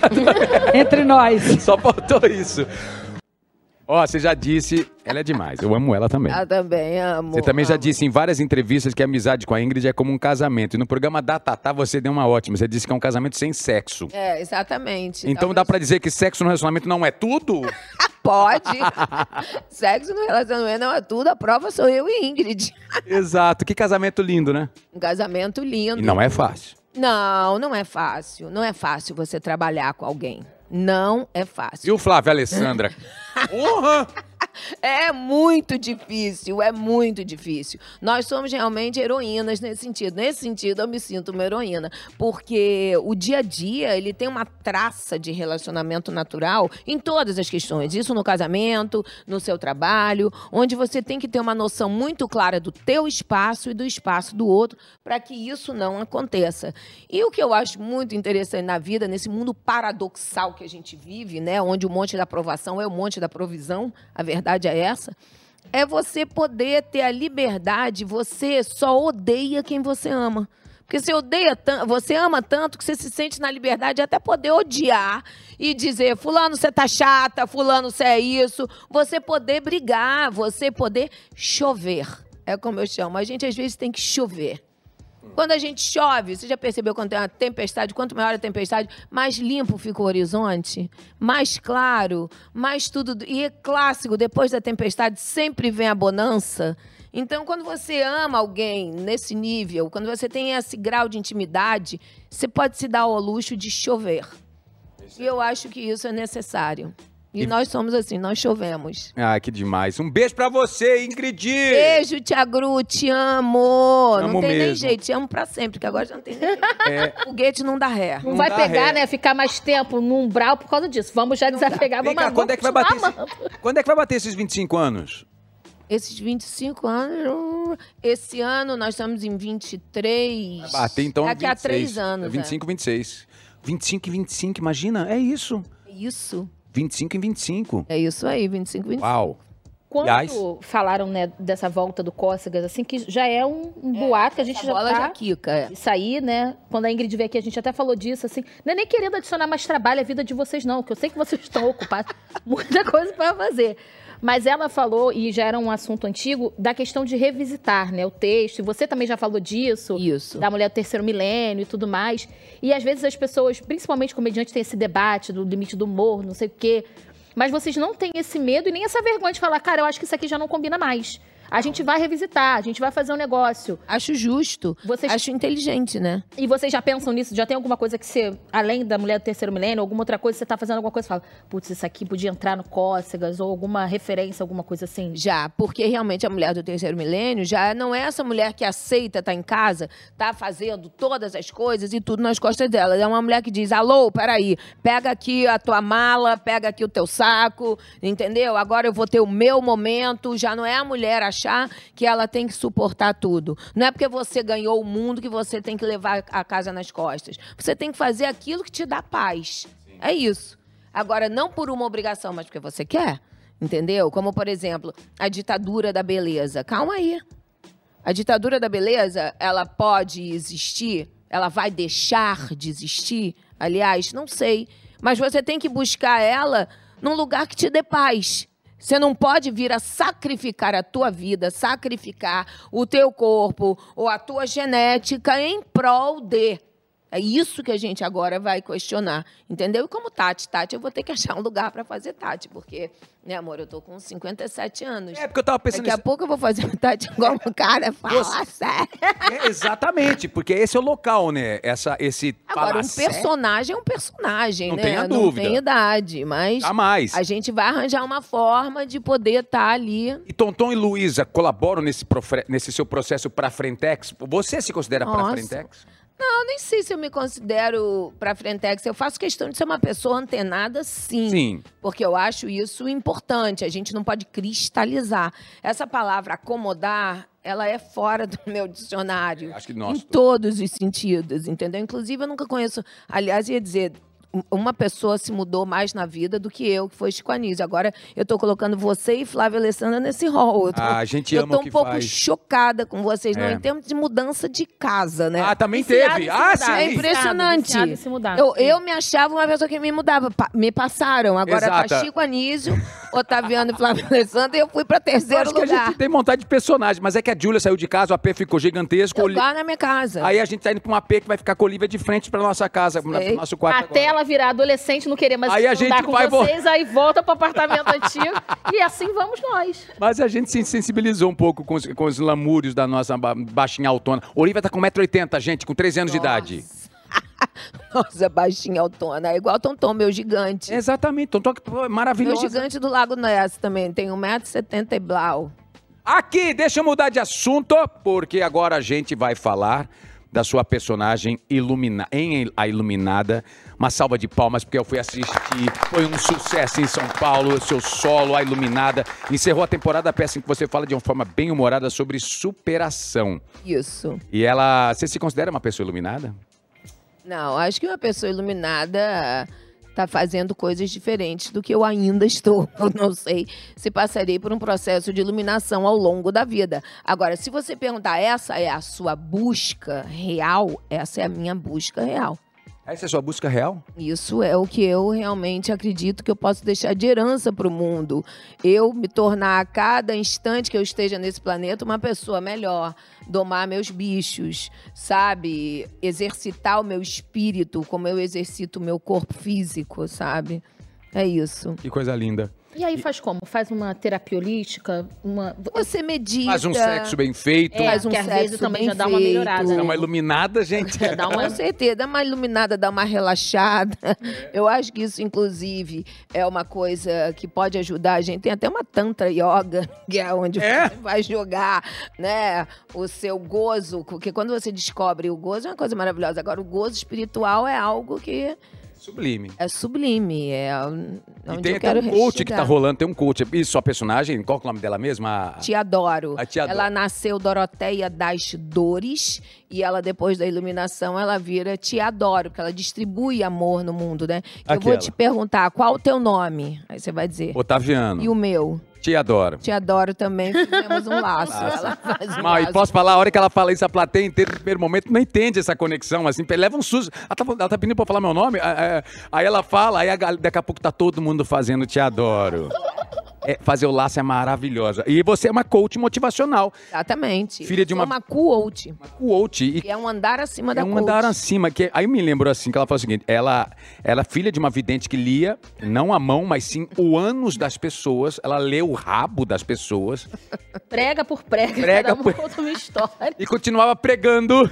Entre nós. Só faltou isso. Ó, você já disse, ela é demais, eu amo ela também. Eu também amo. Você também já disse em várias entrevistas que a amizade com a Ingrid é como um casamento. E no programa da Tatá você deu uma ótima, você disse que é um casamento sem sexo. É, exatamente. Então dá pra dizer que sexo no relacionamento não é tudo? Pode. Sexo no relacionamento não é tudo, a prova sou eu e Ingrid. Exato, que casamento lindo, né? Um casamento lindo. E não é fácil. Não, não é fácil. Não é fácil você trabalhar com alguém. Não é fácil. E o Flávio Alessandra? Porra! É muito difícil, é muito difícil. Nós somos realmente heroínas nesse sentido. Nesse sentido, eu me sinto uma heroína. Porque o dia a dia, ele tem uma traça de relacionamento natural em todas as questões. Isso no casamento, no seu trabalho, onde você tem que ter uma noção muito clara do teu espaço e do espaço do outro para que isso não aconteça. E o que eu acho muito interessante na vida, nesse mundo paradoxal que a gente vive, né, onde o monte da aprovação é o monte da provisão, a verdade é essa, é você poder ter a liberdade, você só odeia quem você ama. Porque você ama tanto que você se sente na liberdade de até poder odiar e dizer, fulano, você tá chata, fulano, você é isso. Você poder brigar, você poder chover. É como eu chamo. A gente, às vezes, tem que chover. Quando a gente chove, você já percebeu quando tem uma tempestade, quanto maior a tempestade, mais limpo fica o horizonte, mais claro, mais tudo. E é clássico, depois da tempestade sempre vem a bonança. Então, quando você ama alguém nesse nível, quando você tem esse grau de intimidade, você pode se dar ao luxo de chover. E eu acho que isso é necessário. E nós somos assim, nós chovemos. Ah, que demais. Um beijo pra você, Ingrid! Beijo, Tia Gru, te amo. Amo não tem nem mesmo. jeito, te amo pra sempre, porque agora já não tem nem jeito. Foguete não dá ré. Não vai dá pegar, ré. né? Ficar mais tempo no umbral por causa disso. Vamos já desapegar, Vem vamos cá, quando é que vai bater quando é que vai bater esses 25 anos? Esses 25 anos, esse ano nós estamos em 23. Vai bater então Daqui 26. a 3 anos. 25 26. 25 e 25, imagina, é isso. Isso. 25 e 25. É isso aí, 25, 25. Uau. Quando Aliás, falaram, né, dessa volta do Cócegas, assim, que já é um boato que a gente Essa já bola tá... já quica, é. Isso aí, né? Quando a Ingrid veio aqui, a gente até falou disso, assim. Não é nem querendo adicionar mais trabalho à vida de vocês, não, que eu sei que vocês estão ocupados. Muita coisa para fazer. Mas ela falou, e já era um assunto antigo, da questão de revisitar, né, o texto. E você também já falou disso. Isso. Da mulher do terceiro milênio e tudo mais. E às vezes as pessoas, principalmente comediantes, têm esse debate do limite do humor, não sei o quê. Mas vocês não têm esse medo e nem essa vergonha de falar, cara, eu acho que isso aqui já não combina mais. A gente vai revisitar, a gente vai fazer um negócio. Acho justo. Acho inteligente, né? E vocês já pensam nisso? Já tem alguma coisa que você, além da mulher do terceiro milênio, alguma outra coisa, você tá fazendo alguma coisa e fala, putz, isso aqui podia entrar no Cócegas, ou alguma referência, alguma coisa assim? Já, porque realmente a mulher do terceiro milênio já não é essa mulher que aceita estar em casa, tá fazendo todas as coisas e tudo nas costas dela. É uma mulher que diz, alô, peraí, pega aqui a tua mala, pega aqui o teu saco, entendeu? Agora eu vou ter o meu momento. Já não é a mulher achar que ela tem que suportar tudo. Não é porque você ganhou o mundo que você tem que levar a casa nas costas. Você tem que fazer aquilo que te dá paz. Sim. É isso. Agora, não por uma obrigação, mas porque você quer. Entendeu? Como, por exemplo, a ditadura da beleza. Calma aí. A ditadura da beleza, ela pode existir? Ela vai deixar de existir? Aliás, não sei. Mas você tem que buscar ela num lugar que te dê paz. Você não pode vir a sacrificar a tua vida, sacrificar o teu corpo ou a tua genética em prol de. É isso que a gente agora vai questionar, entendeu? E como Tati, eu vou ter que achar um lugar para fazer Tati, porque, né, amor, eu tô com 57 anos. É, porque eu tava pensando... Daqui a pouco eu vou fazer uma Tati igual um cara, fala sério. Exatamente, porque esse é o local, né? Esse Agora, um personagem é um personagem, não né? Tenha dúvida. Não tem idade, mas jamais. A gente vai arranjar uma forma de poder estar ali. E Tonton e Luísa colaboram nesse seu processo pra Frentex? Você se considera pra Frentex? Não, nem sei se eu me considero pra Frentex. Eu faço questão de ser uma pessoa antenada, sim. Sim. Porque eu acho isso importante. A gente não pode cristalizar. Essa palavra acomodar, ela é fora do meu dicionário. Acho que nós. Em todos os sentidos, entendeu? Inclusive, eu nunca conheço... Aliás, ia dizer... uma pessoa se mudou mais na vida do que eu, que foi Chico Anísio. Agora eu tô colocando você e Flávia Alessandra nesse rol. A gente ama o que Eu tô um pouco faz. chocada com vocês, não em termos de mudança de casa, né? Também teve. Sim. É impressionante. Eu me achava uma pessoa que me mudava. Me passaram. Agora tá Chico Anísio, Otaviano e Flávia Alessandra, e eu fui pra terceiro lugar. Que a gente tem montade de personagem, mas é que a Júlia saiu de casa, o AP ficou gigantesco. Eu lá na minha casa. Aí a gente tá indo pra um AP que vai ficar com a Olivia de frente pra nossa casa, pro nosso quarto. Até ela virar adolescente, não querer mais aí a gente com vai vocês, aí volta pro apartamento antigo. E assim vamos nós. Mas a gente se sensibilizou um pouco com os lamúrios da nossa baixinha autona. Olivia tá com 1,80 m, gente, com 13 anos de idade. Nossa, baixinha autona. É igual Tonton, meu gigante. Exatamente, Tonton é maravilhoso. Meu gigante do Lago Ness também, tem 1,70 m e blau. Aqui, deixa eu mudar de assunto, porque agora a gente vai falar da sua personagem em A Iluminada. Uma salva de palmas, porque eu fui assistir. Foi um sucesso em São Paulo, seu solo, A Iluminada. Encerrou a temporada, peço que você fala de uma forma bem humorada sobre superação. Isso. E você se considera uma pessoa iluminada? Não, acho que uma pessoa iluminada está fazendo coisas diferentes do que eu ainda estou. Eu não sei se passarei por um processo de iluminação ao longo da vida. Agora, se você perguntar, essa é a sua busca real? Essa é a minha busca real. Essa é a sua busca real? Isso é o que eu realmente acredito que eu posso deixar de herança para o mundo. Eu me tornar a cada instante que eu esteja nesse planeta uma pessoa melhor. Domar meus bichos, sabe? Exercitar o meu espírito como eu exercito o meu corpo físico, sabe? É isso. Que coisa linda. E aí faz como? Faz uma terapia holística? Você medita. Faz um sexo bem feito. Faz um que às sexo vezes também bem já dá uma melhorada. Dá uma iluminada, gente. Com certeza, dá uma iluminada, dá uma relaxada. Eu acho que isso, inclusive, é uma coisa que pode ajudar a gente. Tem até uma Tantra Yoga, que é onde você vai jogar, né, o seu gozo. Porque quando você descobre o gozo, é uma coisa maravilhosa. Agora, o gozo espiritual é algo que... Sublime. É sublime, e tem até um coach que tá rolando, tem um coach. E sua personagem, qual é o nome dela mesma? Te Adoro. Te Adoro. Ela nasceu Doroteia das Dores e ela, depois da iluminação, ela vira Te Adoro, porque ela distribui amor no mundo, né? Eu vou te perguntar, qual o teu nome? Aí você vai dizer. Otaviano. E o meu? Te Adoro. Te Adoro também, fizemos um laço. Ela faz um laço. E posso falar, a hora que ela fala isso, a plateia inteira, no primeiro momento, não entende essa conexão, assim, leva um susto. Ela tá pedindo pra eu falar meu nome, aí ela fala, aí daqui a pouco tá todo mundo fazendo Te Adoro. Fazer o laço é maravilhosa. E você é uma coach motivacional. Exatamente. Filha de uma coach. Uma coach. Que é um andar acima da coach. É um andar acima. Aí me lembrou assim, que ela falou o seguinte, ela é filha de uma vidente que lia, não a mão, mas sim o ânus das pessoas. Ela lê o rabo das pessoas. Prega por prega. Prega por... conta uma história. E continuava pregando.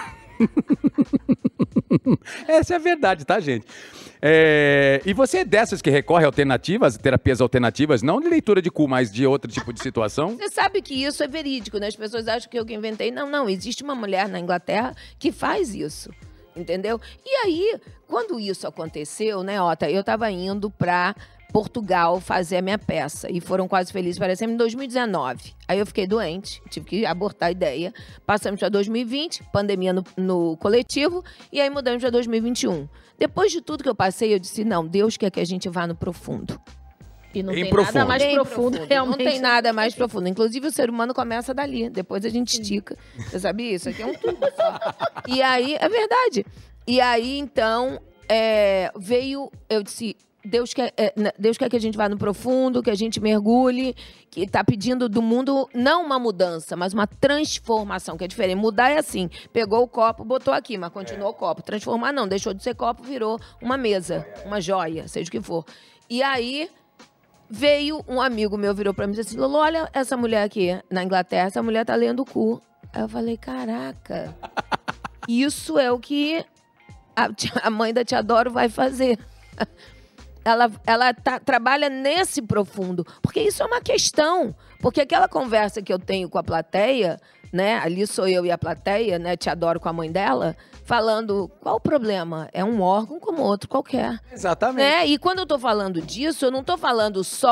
Essa é a verdade, tá, gente? E você é dessas que recorre a alternativas, terapias alternativas, não de leitura de cu, mas de outro tipo de situação? Você sabe que isso é verídico, né? As pessoas acham que eu que inventei. Não. Existe uma mulher na Inglaterra que faz isso, entendeu? E aí, quando isso aconteceu, né, Ota, eu tava indo pra Portugal fazer a minha peça. E foram quase felizes para sempre em 2019. Aí eu fiquei doente, tive que abortar a ideia. Passamos para 2020, pandemia no coletivo, e aí mudamos para 2021. Depois de tudo que eu passei, eu disse, não, Deus quer que a gente vá no profundo. E não tem nada mais profundo, realmente. Não tem nada mais profundo. Inclusive, o ser humano começa dali, depois a gente estica. Você sabia? Isso aqui é um tubo só. E aí, é verdade. E aí, então, eu disse... Deus quer que a gente vá no profundo, que a gente mergulhe, que está pedindo do mundo não uma mudança, mas uma transformação, que é diferente. Mudar é assim, pegou o copo, botou aqui, mas continuou o copo. Transformar não, deixou de ser copo, virou uma mesa, uma joia, seja o que for. E aí veio um amigo meu, virou para mim e disse assim, Lolo, olha essa mulher aqui na Inglaterra, essa mulher tá lendo o cu. Aí eu falei, caraca, isso é o que a mãe da Te Adoro vai fazer. Ela trabalha nesse profundo, porque isso é uma questão. Porque aquela conversa que eu tenho com a plateia, né? Ali sou eu e a plateia, né? Te Adoro com a mãe dela, falando, qual o problema? É um órgão como outro qualquer. Exatamente. Né? E quando eu tô falando disso, eu não tô falando só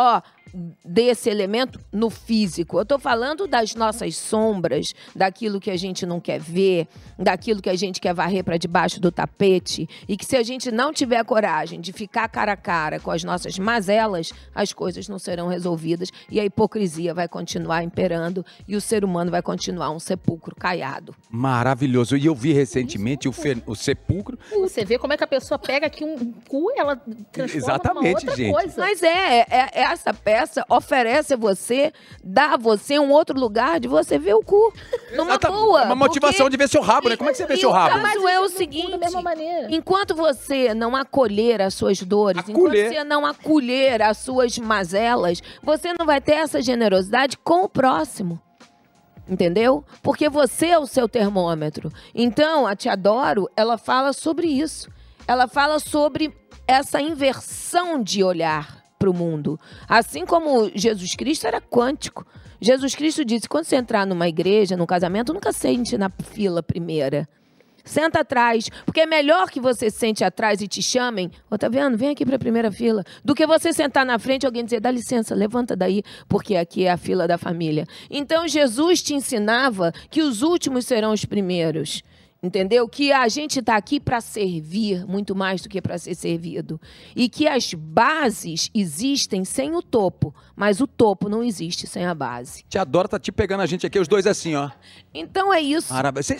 desse elemento no físico. Eu estou falando das nossas sombras, daquilo que a gente não quer ver, daquilo que a gente quer varrer para debaixo do tapete, e que se a gente não tiver coragem de ficar cara a cara com as nossas mazelas, as coisas não serão resolvidas e a hipocrisia vai continuar imperando e o ser humano vai continuar um sepulcro caiado. Maravilhoso. E eu vi recentemente o sepulcro. Você vê como é que a pessoa pega aqui um cu e ela transforma numa outra coisa. Mas essa peça oferece a você, dá a você um outro lugar de você ver o cu. Numa boa. É uma motivação de ver seu rabo, né? Como é que você vê seu rabo? Mas é o seguinte, enquanto você não acolher as suas dores, enquanto você não acolher as suas mazelas, você não vai ter essa generosidade com o próximo. Entendeu? Porque você é o seu termômetro. Então, a Te Adoro, ela fala sobre isso. Ela fala sobre essa inversão de olhar para o mundo. Assim como Jesus Cristo era quântico. Jesus Cristo disse, quando você entrar numa igreja, num casamento, nunca sente na fila primeira. Senta atrás, porque é melhor que você sente atrás e te chamem, tá vendo? Vem aqui para a primeira fila, do que você sentar na frente e alguém dizer, dá licença, levanta daí, porque aqui é a fila da família. Então, Jesus te ensinava que os últimos serão os primeiros. Entendeu? Que a gente está aqui para servir muito mais do que para ser servido. E que as bases existem sem o topo, mas o topo não existe sem a base. Te Adoro, tá te pegando a gente aqui, os dois assim, ó. Então é isso.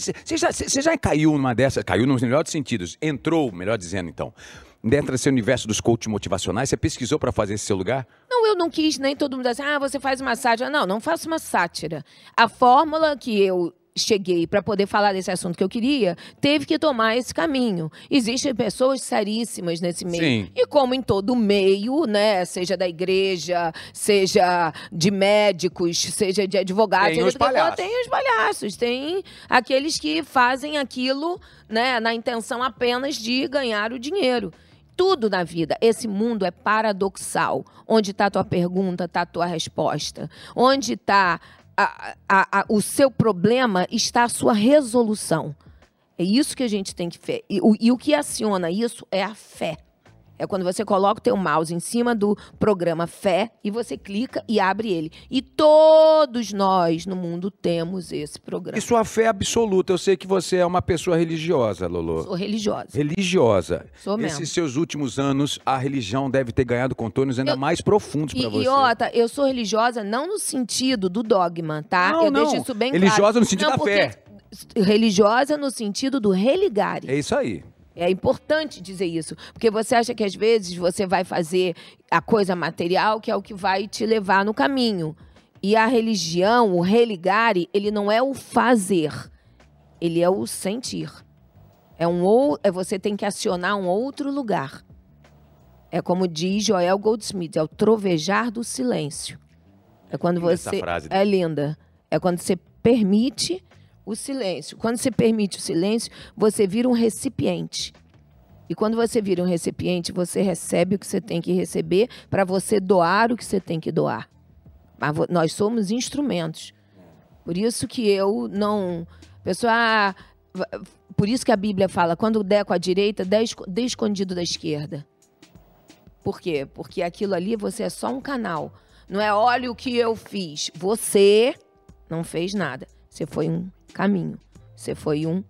Você já caiu numa dessas, caiu nos melhores sentidos, entrou, melhor dizendo então, dentro desse universo dos coaches motivacionais, você pesquisou para fazer esse seu lugar? Não, eu não quis, nem todo mundo assim, você faz uma sátira. Não, não faço uma sátira. A fórmula que eu cheguei para poder falar desse assunto que eu queria, teve que tomar esse caminho. Existem pessoas seríssimas nesse meio. Sim. E como em todo meio, né, seja da igreja, seja de médicos, seja de advogados, tem os palhaços. Tem os palhaços, tem aqueles que fazem aquilo, né, na intenção apenas de ganhar o dinheiro. Tudo na vida. Esse mundo é paradoxal. Onde está a tua pergunta, está a tua resposta. Onde está o seu problema, está a sua resolução. É isso que a gente tem que ver. E o que aciona isso é a fé. É quando você coloca o teu mouse em cima do programa Fé e você clica e abre ele. E todos nós no mundo temos esse programa. E sua fé absoluta. Eu sei que você é uma pessoa religiosa, Lolo. Sou religiosa. Religiosa. Sou mesmo. Nesses seus últimos anos, a religião deve ter ganhado contornos ainda mais profundos para você. Iota, eu sou religiosa não no sentido do dogma, tá? Não, eu deixo isso bem claro. Religiosa no sentido da fé. Religiosa no sentido do religare. É isso aí. É importante dizer isso, porque você acha que às vezes você vai fazer a coisa material, que é o que vai te levar no caminho. E a religião, o religare, ele não é o fazer, ele é o sentir. Você tem que acionar um outro lugar. É como diz Joel Goldsmith, é o trovejar do silêncio. É quando você... Essa frase é linda. É quando você permite o silêncio. Quando você permite o silêncio, você vira um recipiente. E quando você vira um recipiente, você recebe o que você tem que receber para você doar o que você tem que doar. Mas nós somos instrumentos. Por isso que eu não... Pessoal, por isso que a Bíblia fala, quando der com a direita, dê escondido da esquerda. Por quê? Porque aquilo ali, você é só um canal. Não é, olha o que eu fiz. Você não fez nada. Você foi um caminho. Você foi um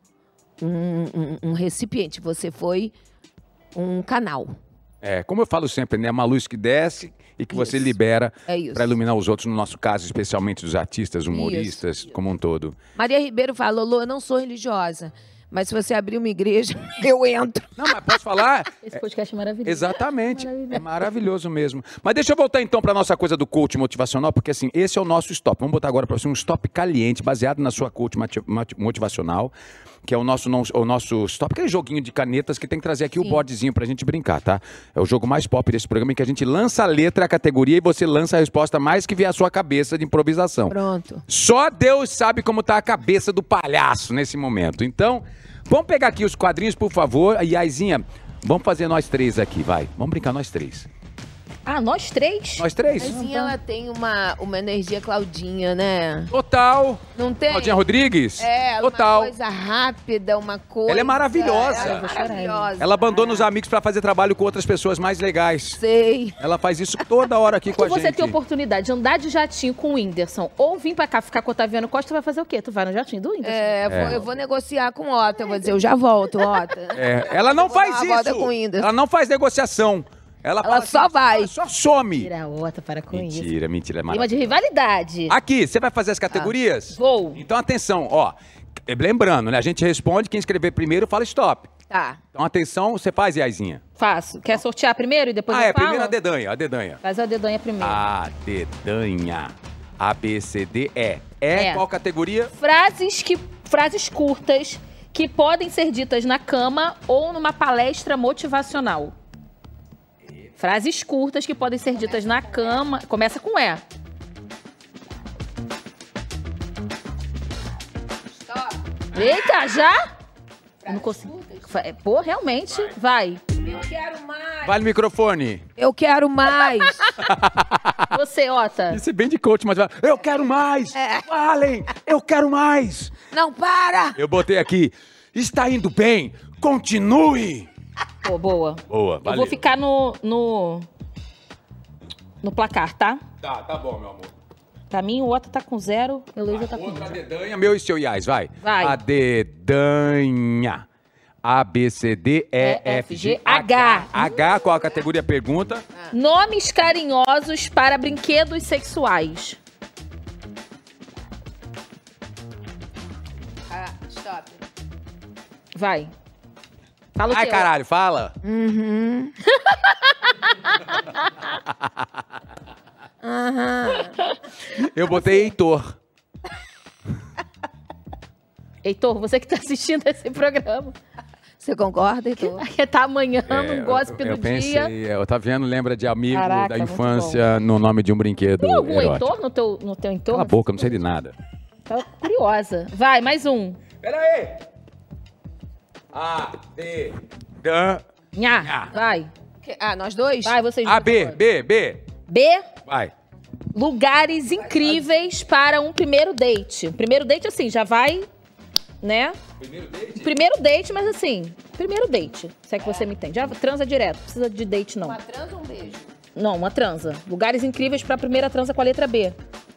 recipiente. Você foi um canal. É, como eu falo sempre, né? Uma luz que desce e que você libera para iluminar os outros, no nosso caso, especialmente os artistas, humoristas, como um todo. Maria Ribeiro fala, Lolo, eu não sou religiosa, mas se você abrir uma igreja, eu entro. Não, mas posso falar? Esse podcast é maravilhoso. Exatamente. É maravilhoso mesmo. Mas deixa eu voltar então para nossa coisa do coach motivacional, porque assim, esse é o nosso stop. Vamos botar agora para você um stop caliente, baseado na sua coach motivacional, que é o nosso stop, aquele joguinho de canetas que tem que trazer aqui o boardzinho pra gente brincar, tá? É o jogo mais pop desse programa, em que a gente lança a letra, a categoria, e você lança a resposta mais que vier à sua cabeça de improvisação. Pronto. Só Deus sabe como tá a cabeça do palhaço nesse momento. Então, vamos pegar aqui os quadrinhos, por favor. E Aizinha, vamos fazer nós três aqui, vai. Vamos brincar nós três. Ah, nós três? Nós três. Mas sim, ela tem uma energia Claudinha, né? Total. Não tem? Claudinha Rodrigues? É, Total. uma coisa rápida, uma coisa... Ela é maravilhosa. Ela é maravilhosa. Ela abandona os amigos pra fazer trabalho com outras pessoas mais legais. Sei. Ela faz isso toda hora aqui com a gente. Se você tem oportunidade de andar de jatinho com o Whindersson ou vir pra cá ficar com o Otaviano Costa, tu vai fazer o quê? Tu vai no jatinho do Whindersson. Eu vou negociar com o Otto. Eu vou dizer, eu já volto, Otto. Ela não faz dar uma volta com o isso. Whindersson. Ela não faz negociação. Ela fala só vai. Ela só some. Tira a outra, para com isso. Mentira, Clima de maravilhoso. rivalidade. Aqui, você vai fazer as categorias? Vou. Então, atenção, ó. Lembrando, né? A gente responde, quem escrever primeiro fala stop. Tá. Então, atenção, você faz, Iazinha. Faço. Quer sortear primeiro e depois eu falo? Primeiro a dedanha. Faz a dedanha primeiro. A dedanha. A, B, C, D, E. Qual categoria? Frases curtas que podem ser ditas na cama ou numa palestra motivacional. Frases curtas que podem ser ditas na cama. Começa com E. Stop. Eita, já? Eu não consigo. Pô, realmente, vai. Eu quero mais. Vai no microfone. Eu quero mais. Você, Ota. Isso é bem de coach, mas vai. Eu quero mais. Falem, eu quero mais. Não, para. Eu botei aqui. Está indo bem. Continue. Pô, boa. Boa, Eu valeu. vou ficar no placar, tá? Tá bom, meu amor. Pra mim, o Ota tá com 0, a Heloísa tá com Outra 1. dedanha, meu e seu Iás, vai. Vai. A dedanha. A, B, C, D, E, F, G, H. H, qual a categoria? Pergunta. Nomes carinhosos para brinquedos sexuais. Stop. Vai. Fala o Ai, teu. caralho, fala. Eu botei Heitor. Heitor, você que tá assistindo esse programa. Você concorda, Heitor? Que tá amanhã no gossip eu do pensei, dia. Otaviano lembra de amigo Caraca, da muito infância no nome de um brinquedo Tem algum erótico. Heitor no teu entorno? Cala a boca, eu não sei de nada. Tava curiosa. Vai, mais um. Pera aí. A, D, Dan. Nha. Vai. Nós dois? Vai, vocês A, dois, B, por favor. B. B. Vai. Lugares incríveis para um primeiro date. Primeiro date, assim, já vai, né? Primeiro date, mas assim, primeiro date. Se é que você me entende. Já transa direto, não precisa de date, não. Uma transa ou um beijo? Não, uma transa. Lugares incríveis para a primeira transa com a letra B.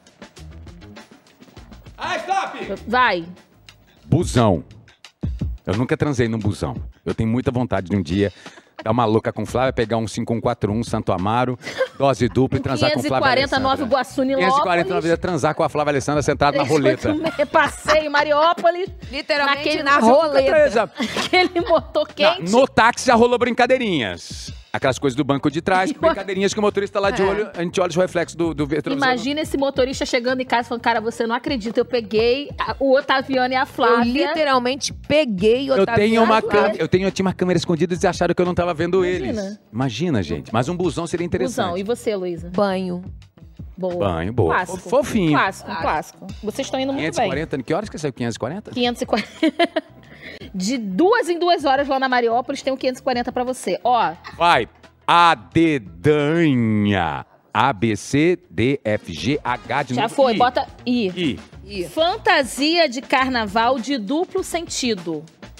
Ah, stop! Vai. Busão. Eu nunca transei num busão. Eu tenho muita vontade de um dia dar uma louca com Flávia, pegar um 5141 Santo Amaro, dose dupla e transar com Flávia 540 Nova Alessandra. Iguaçu, Nilópolis. 549 ia transar com a Flávia Alessandra sentada na roleta. Passeio, Mariópolis. Literalmente Naquele- na Mas eu nunca roleta. Transa. Aquele motor quente. No táxi já rolou brincadeirinhas. Aquelas coisas do banco de trás, brincadeirinhas que o motorista lá de olho, a gente olha os reflexos do retrovisor. Imagina esse motorista chegando em casa e falando, cara, você não acredita, eu peguei o Otaviano e a Eu Flávia. literalmente peguei o Eu tinha uma Flávia. câmera escondida e acharam que eu não tava vendo Imagina. eles. Imagina, gente. Mas um busão seria interessante. Busão. E você, Luísa? banho. Boa. Banho, boa. Clássico. Fofinho. Clássico. Vocês estão indo muito bem. 540, que horas que saiu 540? 540. De 2 em 2 horas lá na Mariópolis tem um 540 pra você. Ó, Vai. A dedanha. A, B, C, D, F, G, H de já novo. foi. I. Bota I. I. Fantasia de carnaval de duplo sentido.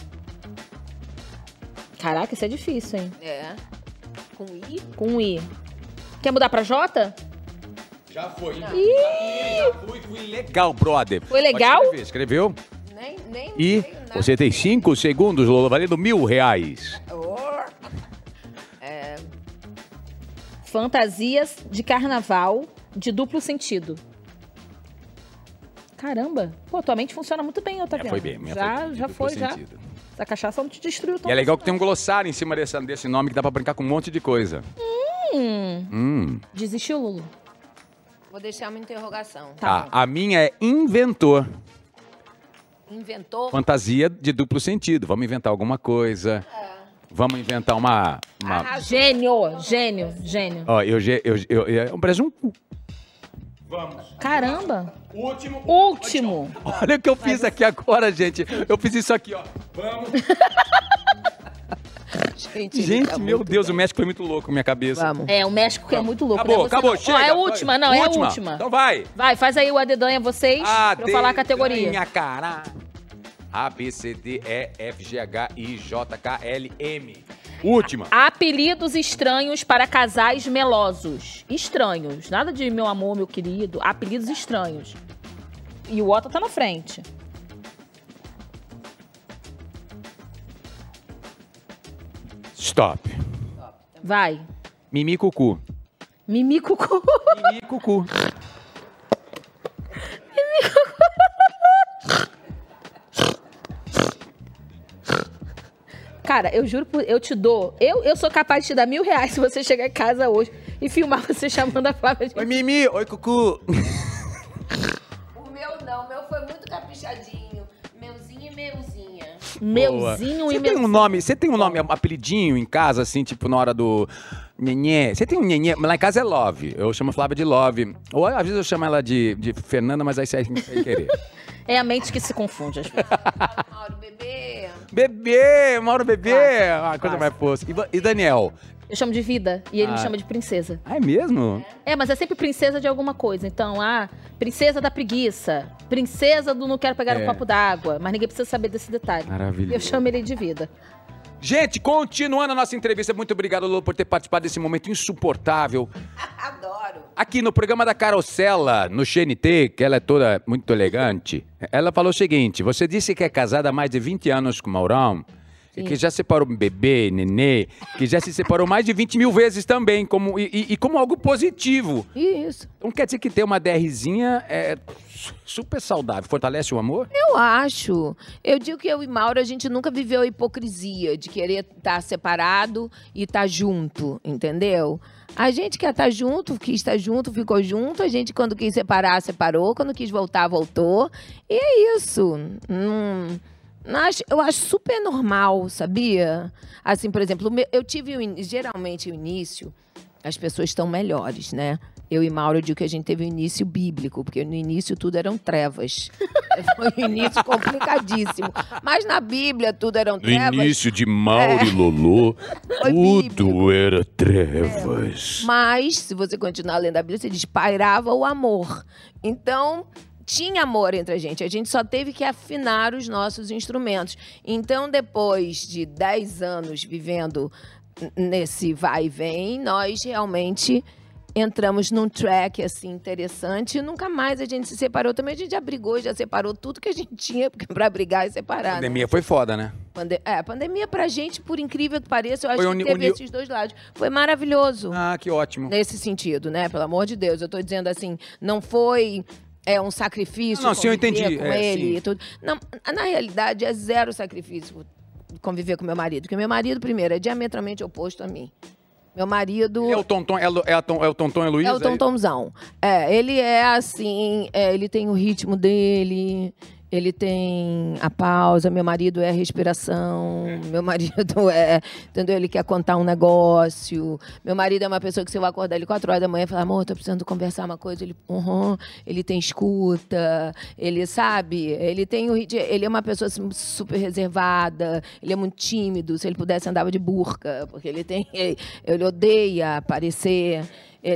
Caraca, isso é difícil, hein? É. Com I? Com I. Quer mudar pra J? Já foi. Já fui legal, brother. Foi legal? Pode escreveu? Nem E veio nada. você tem 5 segundos, Lola, valendo R$1.000. Fantasias de carnaval de duplo sentido. Caramba. Pô, tua mente funciona muito bem, Otaviano. Foi bem. minha Já duplo foi, já. sentido. Essa cachaça não te destruiu tão E é legal que assim, tem um glossário em cima desse nome que dá pra brincar com um monte de coisa. não. Desistiu, Lulu? Vou deixar uma interrogação. Tá. A minha é inventor. Inventor? Fantasia de duplo sentido. Vamos inventar alguma coisa. Vamos inventar uma... Gênio. Ó, parece um... Caramba. Último. Olha o que eu fiz aqui agora, gente. Eu fiz isso aqui, ó. Vamos. Mentira, Gente, tá meu muito Deus, bem. o México foi muito louco na minha cabeça. Vamos. É, o México que é muito louco. Acabou, né? Você acabou, não. chega. Ó, é a última, não, é a última. Então vai. Vai, faz aí o adedanha vocês, pra eu falar a categoria. Minha cara. A, B, C, D, E, F, G, H, I, J, K, L, M. Última. Apelidos estranhos para casais melosos. Estranhos. Nada de meu amor, meu querido. Apelidos estranhos. E o Otto tá na frente. Stop. Vai. Mimi Cucu. Mimi Cucu. Mimi Cucu. Cara, eu juro, eu te dou. Eu sou capaz de te dar R$1.000 se você chegar em casa hoje e filmar você chamando a Flávia de... Oi, Mimi. Oi, Cucu. O meu não, o meu foi muito caprichadinho. Meuzinho e meuzinha. Meuzinho e Você tem um nome, você tem um nome, apelidinho em casa, assim, tipo na hora do Nhenhê? Você tem um Nhenhê? Lá em casa é Love. Eu chamo a Flávia de Love. Ou às vezes eu chamo ela de Fernanda, mas aí sai sem querer. É a mente que se confunde, às vezes. Mauro, bebê. Bebê, Mauro Bebê. Clássico, Ah, coisa clássico. mais fofa. E Daniel? Eu chamo de vida e ele me chama de princesa. Ah, é mesmo? É, mas é sempre princesa de alguma coisa. Então, princesa da preguiça, princesa do não quero pegar um copo d'água. Mas ninguém precisa saber desse detalhe. Maravilhoso. Eu chamo ele de vida. Gente, continuando a nossa entrevista, muito obrigado, Lulu, por ter participado desse momento insuportável. Adoro. Aqui no programa da Carosella, no GNT, que ela é toda muito elegante, ela falou o seguinte: você disse que é casada há mais de 20 anos com o Maurão, e que já separou bebê, nenê, que já se separou mais de 20 mil vezes também, como algo positivo. Isso. Então quer dizer que ter uma DRzinha é super saudável, fortalece o amor? Eu acho. Eu digo que eu e Mauro, a gente nunca viveu a hipocrisia de querer estar separado e estar junto, entendeu? A gente quer estar junto, quis estar junto, ficou junto. A gente, quando quis separar, separou. Quando quis voltar, voltou. E é isso. Eu acho super normal, sabia? Assim, por exemplo, eu tive, geralmente, o início, as pessoas estão melhores, né? Eu e Mauro, eu digo que a gente teve um início bíblico, porque no início tudo eram trevas. Foi um início complicadíssimo. Mas na Bíblia tudo eram trevas. No início de Mauro e Lolô, Foi tudo era trevas. Mas, se você continuar lendo a Bíblia, você diz, pairava o amor. Então, tinha amor entre a gente só teve que afinar os nossos instrumentos. Então, depois de 10 anos vivendo nesse vai e vem, nós realmente entramos num track, assim, interessante, e nunca mais a gente se separou. Também a gente já brigou, já separou tudo que a gente tinha pra brigar e separar. A pandemia foi foda, né? A pandemia pra gente, por incrível que pareça, eu acho Foi que teve esses dois lados. Foi maravilhoso. Ah, que ótimo. Nesse sentido, né? Pelo amor de Deus. Eu tô dizendo assim, não foi um sacrifício Não, sim, eu conviver entendi. com ele Sim. e tudo. Não, na realidade, é zero sacrifício conviver com meu marido. Porque meu marido, primeiro, é diametralmente oposto a mim. Meu marido... É o Tonton, é o Tonton e Luiz? É o Tontonzão. Ele é assim, ele tem o ritmo dele, ele tem a pausa, meu marido é a respiração, meu marido entendeu? Ele quer contar um negócio. Meu marido é uma pessoa que se eu acordar ele 4 horas da manhã e falar, amor, tô precisando conversar uma coisa, ele tem escuta, ele sabe, ele é uma pessoa assim, super reservada, ele é muito tímido, se ele pudesse andava de burca, porque ele odeia aparecer,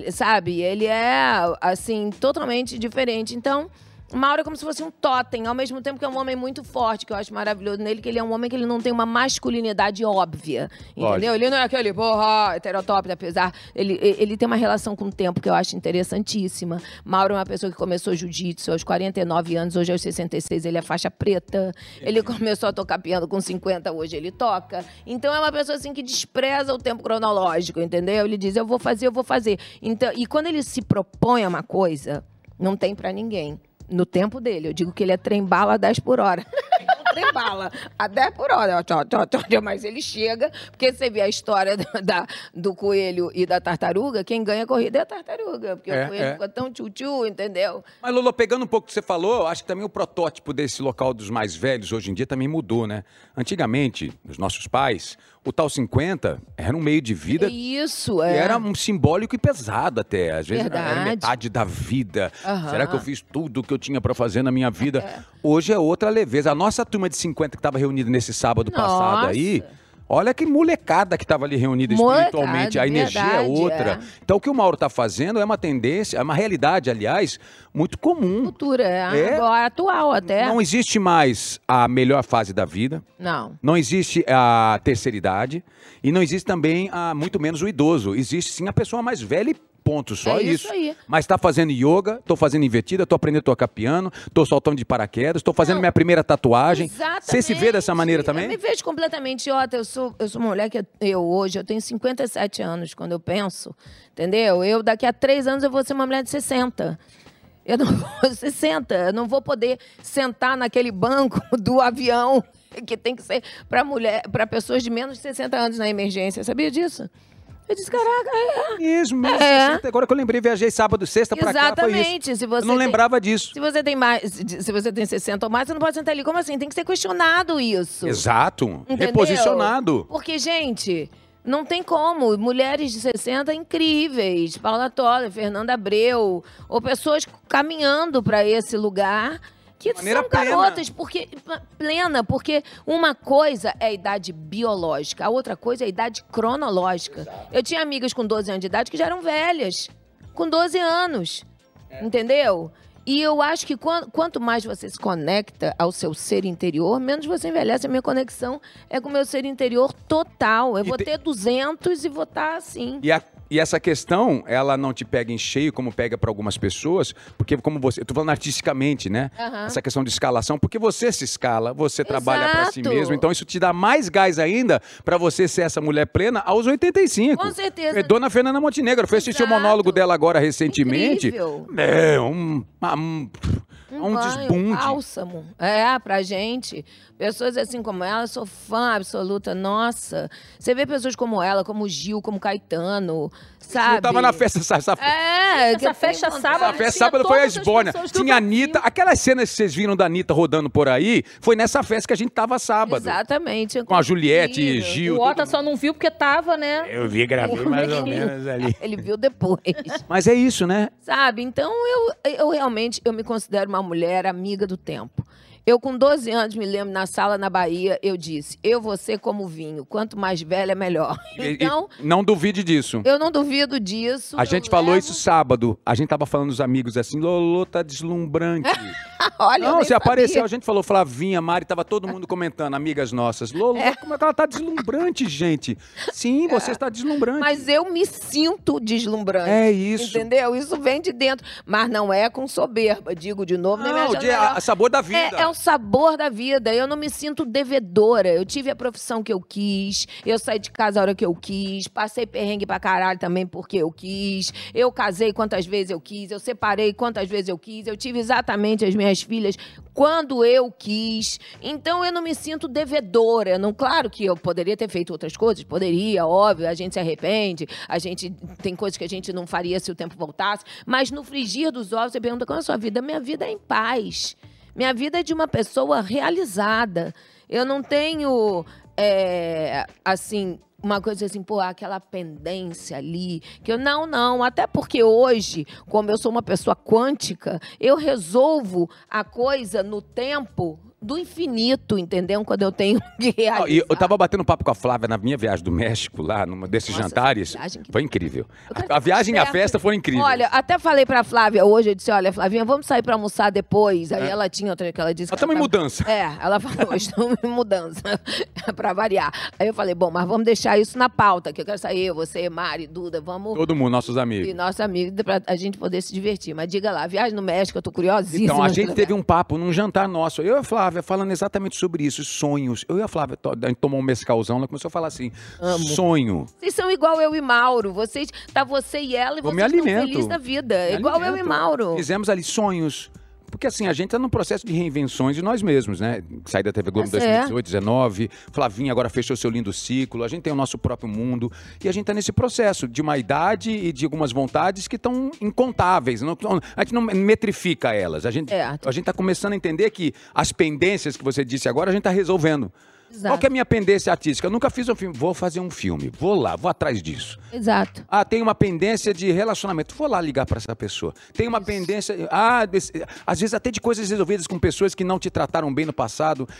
ele é assim, totalmente diferente. Então, o Mauro é como se fosse um totem, ao mesmo tempo que é um homem muito forte, que eu acho maravilhoso nele, que ele é um homem que ele não tem uma masculinidade óbvia, entendeu? Ele não é aquele, heterotópico, apesar... Ele tem uma relação com o tempo que eu acho interessantíssima. Mauro é uma pessoa que começou jiu-jitsu aos 49 anos, hoje aos 66 ele é faixa preta. Ele começou a tocar piano com 50, hoje ele toca. Então é uma pessoa assim que despreza o tempo cronológico, entendeu? Ele diz, eu vou fazer. Então, e quando ele se propõe a uma coisa, não tem pra ninguém. No tempo dele. Eu digo que ele é trem-bala a 10 por hora. Trem-bala a 10 por hora. Mas ele chega, porque você vê a história do coelho e da tartaruga, quem ganha a corrida é a tartaruga, porque o coelho fica tão tchu-tchu, entendeu? Mas, Lolo, pegando um pouco o que você falou, acho que também o protótipo desse local dos mais velhos hoje em dia também mudou, né? Antigamente, os nossos pais, o tal 50 era um meio de vida Isso, que era um simbólico e pesado até. Às vezes era metade da vida. Será que eu fiz tudo o que eu tinha pra fazer na minha vida? Hoje é outra leveza. A nossa turma de 50 que estava reunida nesse sábado passado aí, Olha que molecada que estava ali reunida espiritualmente. A energia é outra. Então, o que o Mauro está fazendo é uma tendência, é uma realidade, aliás, muito comum. Futura, agora atual até. Não existe mais a melhor fase da vida. Não. Não existe a terceira idade. E não existe também, muito menos o idoso. Existe sim a pessoa mais velha e ponto, só isso. Aí. Mas tá fazendo yoga, tô fazendo invertida, tô aprendendo a tocar piano, tô saltando de paraquedas, tô fazendo minha primeira tatuagem. Exatamente. Você se vê dessa maneira também? Eu me vejo completamente, eu sou uma mulher que hoje, eu tenho 57 anos, quando eu penso, entendeu? Daqui a 3 anos eu vou ser uma mulher de 60. Eu não vou 60, eu não vou poder sentar naquele banco do avião que tem que ser para pessoas de menos de 60 anos na emergência. Sabia disso? Eu disse, caraca, Mesmo. Agora que eu lembrei, viajei sábado, sexta pra cá, foi isso. Exatamente. Se você eu não lembrava disso. Se você tem 60 ou mais, você não pode sentar ali. Como assim? Tem que ser questionado isso. Exato. Entendeu? Reposicionado. Porque, gente, não tem como. Mulheres de 60 incríveis. Paula Toller, Fernanda Abreu. Ou pessoas caminhando para esse lugar... Que são garotas, porque uma coisa é a idade biológica, a outra coisa é a idade cronológica. Exato. Eu tinha amigas com 12 anos de idade que já eram velhas, com 12 anos, entendeu? E eu acho que quanto mais você se conecta ao seu ser interior, menos você envelhece. A minha conexão é com o meu ser interior total. Eu vou ter 200 e vou estar assim. E essa questão, ela não te pega em cheio, como pega para algumas pessoas, porque como você... Eu tô falando artisticamente, né? Essa questão de escalação, porque você se escala, você trabalha para si mesmo, então isso te dá mais gás ainda para você ser essa mulher plena aos 85. Com certeza. Dona Fernanda Montenegro, eu fui assistir o monólogo dela agora recentemente. Incrível. Um desbunde. Bálsamo. Pra gente. Pessoas assim como ela, eu sou fã absoluta. Nossa. Você vê pessoas como ela, como o Gil, como Caetano, sabe? Eu tava na festa, essa festa sábado. A festa sábado foi a Esbórnia. Tinha a Anitta. Aquelas cenas que vocês viram da Anitta rodando por aí, foi nessa festa que a gente tava sábado. Exatamente. Com a Juliette e Gil. O Ota só não viu porque tava, né? Eu vi, gravei mais ou menos ali. Ele viu depois. Mas é isso, né? Sabe? Então, eu realmente, eu me considero uma mulher amiga do tempo. Eu, com 12 anos, me lembro, na sala na Bahia, eu disse, eu vou ser como vinho, quanto mais velha, melhor. Então, não duvide disso. Eu não duvido disso. A gente falou isso sábado. A gente tava falando dos amigos assim, Lolo tá deslumbrante. Olha, não, você apareceu, a gente falou, Flavinha, Mari, tava todo mundo comentando, amigas nossas. Lolo, como é que ela tá deslumbrante, gente? Sim, você está deslumbrante. Mas eu me sinto deslumbrante. É isso. Entendeu? Isso vem de dentro. Mas não é com soberba, digo de novo. Não, é sabor da vida. É o sabor da vida. Eu não me sinto devedora. Eu tive a profissão que eu quis, eu saí de casa a hora que eu quis, passei perrengue pra caralho também porque eu quis, eu casei quantas vezes eu quis, eu separei quantas vezes eu quis, eu tive exatamente as minhas filhas quando eu quis. Então eu não me sinto devedora. Não, claro que eu poderia ter feito outras coisas, poderia, óbvio, a gente se arrepende, a gente tem coisas que a gente não faria se o tempo voltasse, mas no frigir dos ovos você pergunta como é a sua vida? Minha vida é em paz. Minha vida é de uma pessoa realizada. Eu não tenho, assim, uma coisa assim, aquela pendência ali. Que eu, não. Até porque hoje, como eu sou uma pessoa quântica, eu resolvo a coisa no tempo do infinito, entendeu? Quando eu tenho que realizar. Eu tava batendo papo com a Flávia na minha viagem do México, lá, numa desses jantares. Foi incrível. A viagem e a festa foi incrível. Olha, até falei pra Flávia hoje, eu disse, olha, Flavinha, vamos sair pra almoçar depois. Aí ela tinha outra que ela disse... Nós estamos em mudança. Ela falou, estamos em mudança, pra variar. Aí eu falei, bom, mas vamos deixar isso na pauta, que eu quero sair, você, Mari, Duda, vamos... Todo mundo, nossos amigos. E nossos amigos, pra a gente poder se divertir. Mas diga lá, viagem no México, eu tô curiosíssima. Então, a gente teve um papo num jantar nosso, eu e a Flávia, falando exatamente sobre isso, sonhos. Eu e a Flávia, a gente tomou um mescalzão, ela começou a falar assim, sonho. Vocês são igual eu e Mauro, você e ela, e vocês estão felizes da vida. Igual eu e Mauro. Fizemos ali sonhos. Porque assim, a gente tá num processo de reinvenções de nós mesmos, né? Saí da TV Globo em 2018, 19, Flavinha agora fechou seu lindo ciclo, a gente tem o nosso próprio mundo e a gente tá nesse processo de uma idade e de algumas vontades que estão incontáveis. A gente não metrifica elas. A gente tá começando a entender que as pendências que você disse agora, a gente tá resolvendo. Exato. Qual que é a minha pendência artística? Eu nunca fiz um filme. Vou fazer um filme. Vou lá, vou atrás disso. Exato. Tem uma pendência de relacionamento. Vou lá ligar para essa pessoa. Tem uma pendência... às vezes até de coisas resolvidas com pessoas que não te trataram bem no passado.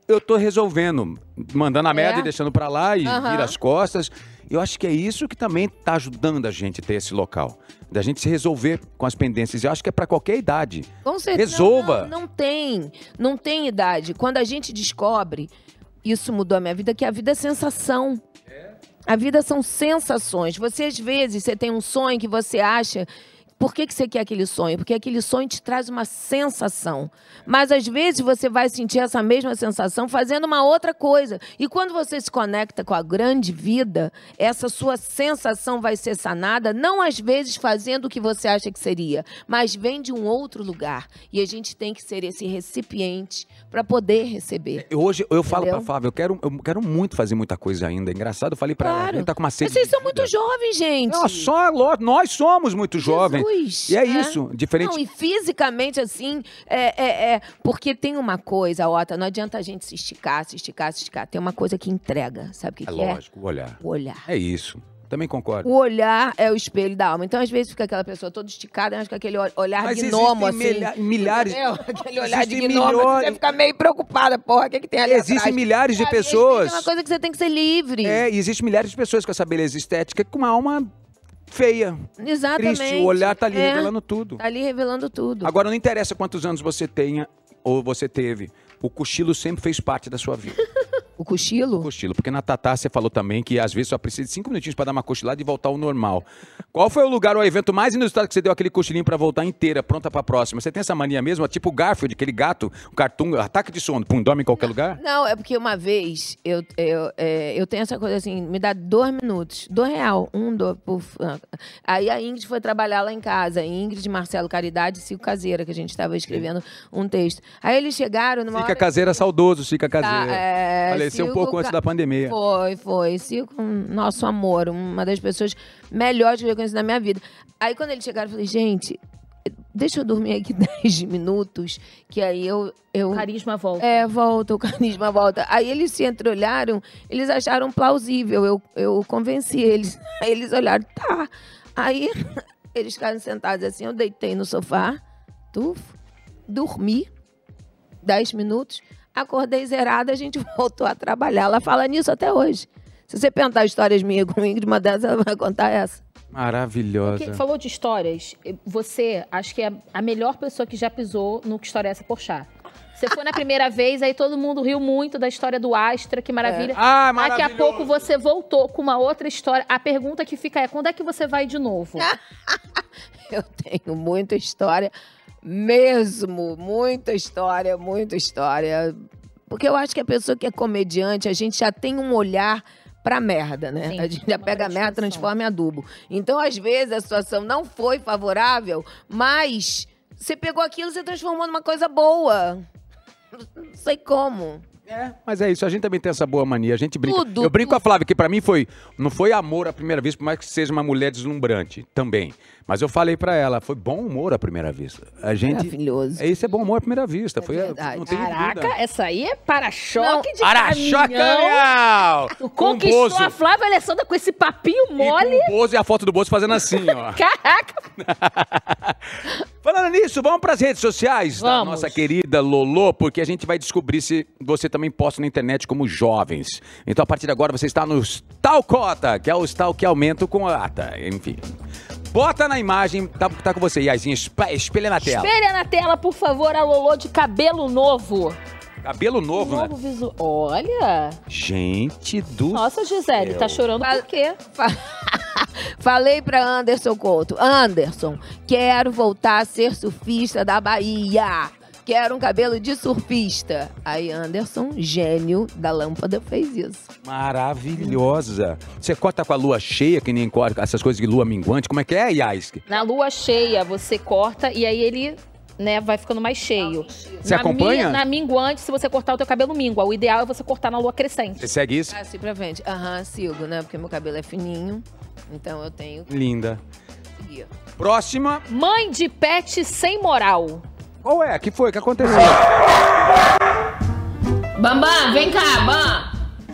eu tô resolvendo, mandando a merda e deixando pra lá e vira as costas. Eu acho que é isso que também tá ajudando a gente a ter esse local. Da gente se resolver com as pendências. Eu acho que é pra qualquer idade. Com certeza. Resolva. Não tem idade. Quando a gente descobre, isso mudou a minha vida, que a vida é sensação. A vida são sensações. Você, às vezes, você tem um sonho que você acha... Por que você quer aquele sonho? Porque aquele sonho te traz uma sensação. Mas, às vezes, você vai sentir essa mesma sensação fazendo uma outra coisa. E quando você se conecta com a grande vida, essa sua sensação vai ser sanada, não, às vezes, fazendo o que você acha que seria, mas vem de um outro lugar. E a gente tem que ser esse recipiente para poder receber. Hoje, eu falo pra Flávia, eu quero muito fazer muita coisa ainda. Engraçado, eu falei pra ela, a gente tá com uma sede. Vocês são muito jovens, gente. Nós somos muito jovens. E é isso, diferente. Não, e fisicamente, assim, porque tem uma coisa, Ota, não adianta a gente se esticar. Tem uma coisa que entrega, sabe o que é? Lógico, o olhar. O olhar. É isso. Também concordo. O olhar é o espelho da alma. Então, às vezes, fica aquela pessoa toda esticada, acho que aquele olhar gnomo, assim. Milhares... Aquele olhar de gnomo, assim, você fica meio preocupada, porra, o que tem ali atrás? Existem milhares de pessoas... É uma coisa que você tem que ser livre. E existem milhares de pessoas com essa beleza estética com uma alma... feia. Exatamente. Triste. O olhar tá ali revelando tudo. Tá ali revelando tudo. Agora, não interessa quantos anos você tenha ou você teve. O cochilo sempre fez parte da sua vida. O cochilo? O cochilo. Porque na Tatá você falou também que às vezes só precisa de 5 minutinhos para dar uma cochilada e voltar ao normal. Qual foi o lugar ou evento mais inusitado que você deu aquele cochilinho para voltar inteira, pronta para a próxima? Você tem essa mania mesmo? Tipo o Garfield, aquele gato, o cartoon, ataque de sono, pum, dorme em qualquer lugar? Não, é porque uma vez eu tenho essa coisa assim, me dá 2 minutos, R$2, Aí a Ingrid foi trabalhar lá em casa, Ingrid, Marcelo Caridade e Cico Caseira, que a gente estava escrevendo um texto. Aí eles chegaram numa Cica Caseira saudoso, Cica Caseira. Faleceu um pouco antes da pandemia. Foi. Cico, nosso amor, uma das pessoas melhores que eu conheci na minha vida. Aí quando eles chegaram, eu falei, gente, deixa eu dormir aqui 10 minutos, que aí eu... O carisma volta. O carisma volta. Aí eles se entreolharam, eles acharam plausível, eu convenci eles. Aí eles olharam, tá. Aí eles ficaram sentados assim, eu deitei no sofá, dormi 10 minutos, acordei zerada, a gente voltou a trabalhar. Ela fala nisso até hoje. Se você perguntar histórias minhas com Ingrid, uma delas ela vai contar essa. Maravilhosa. Porque falou de histórias, você acho que é a melhor pessoa que já pisou no Que História é Essa Porchat. Você foi na primeira vez, aí todo mundo riu muito da história do Astra, que maravilha. Daqui a pouco você voltou com uma outra história. A pergunta que fica é, quando é que você vai de novo? Eu tenho muita história mesmo, muita história. Porque eu acho que a pessoa que é comediante, a gente já tem um olhar pra merda, né? Sim, a gente já pega a merda, transforma em adubo. Então, às vezes, a situação não foi favorável, mas você pegou aquilo e você transformou numa coisa boa. Não sei como. Mas é isso, a gente também tem essa boa mania, a gente brinca. Eu brinco com a Flávia, que pra mim não foi amor à primeira vista, por mais que seja uma mulher deslumbrante, também. Mas eu falei pra ela, foi bom humor à primeira vista. Maravilhoso. Isso é bom humor à primeira vista. Verdade. Não tem Caraca, dúvida. essa aí é para-choque de Para-choque caminhão. Tu conquistou a Flávia Alessandra com esse papinho mole. E com o Bozo e a foto do Bozo fazendo assim, ó. Caraca. Falando nisso, vamos pras redes sociais da nossa querida Lolo, porque a gente vai descobrir se você também posta na internet como jovens. Então, a partir de agora, você está no Stalkota, que é o Stalk que aumenta com a ata. Enfim. Bota na imagem, tá com você, Iaizinha, espelha na tela. Espelha na tela, por favor, a Lolo de cabelo novo. Cabelo novo, novo né? visual. Olha. Gente do Nossa, Gisele, tá chorando por quê? Falei pra Anderson Couto. Anderson, quero voltar a ser surfista da Bahia. Quero um cabelo de surfista. Aí Anderson, gênio da lâmpada, fez isso. Maravilhosa. Você corta com a lua cheia, que nem corta essas coisas de lua minguante. Como é que é, Yaisk? Na lua cheia, você corta e aí ele, né, vai ficando mais cheio. Você acompanha? Na minguante, se você cortar o teu cabelo mingua. O ideal é você cortar na lua crescente. Você segue isso? Assim pra frente. Sigo, né? Porque meu cabelo é fininho. Então eu tenho que Linda. seguir. Próxima. Mãe de pet sem moral. Qual é? Que foi? O que aconteceu? Bambam, vem cá, Bam.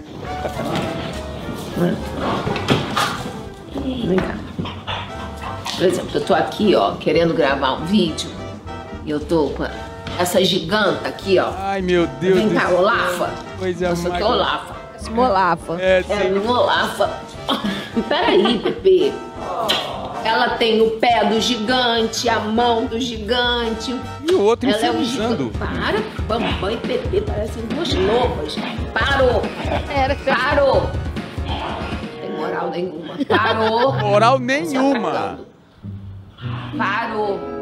Vem cá. Por exemplo, eu tô aqui, ó, querendo gravar um vídeo. E eu tô com Essa giganta aqui, ó. Ai, meu Deus Vem do cá, céu. Olafa. Coisa Essa aqui é mais- Olafa. Olafa. É, É a minha Olafa. Peraí, Pepe. Ela tem o pé do gigante, a mão do gigante. E o outro Ela é um infernizando. gigante. Para, Bambam e Pepe parecem duas lobas. Parou. Parou. Não tem moral nenhuma. Parou. Moral nenhuma. Parou.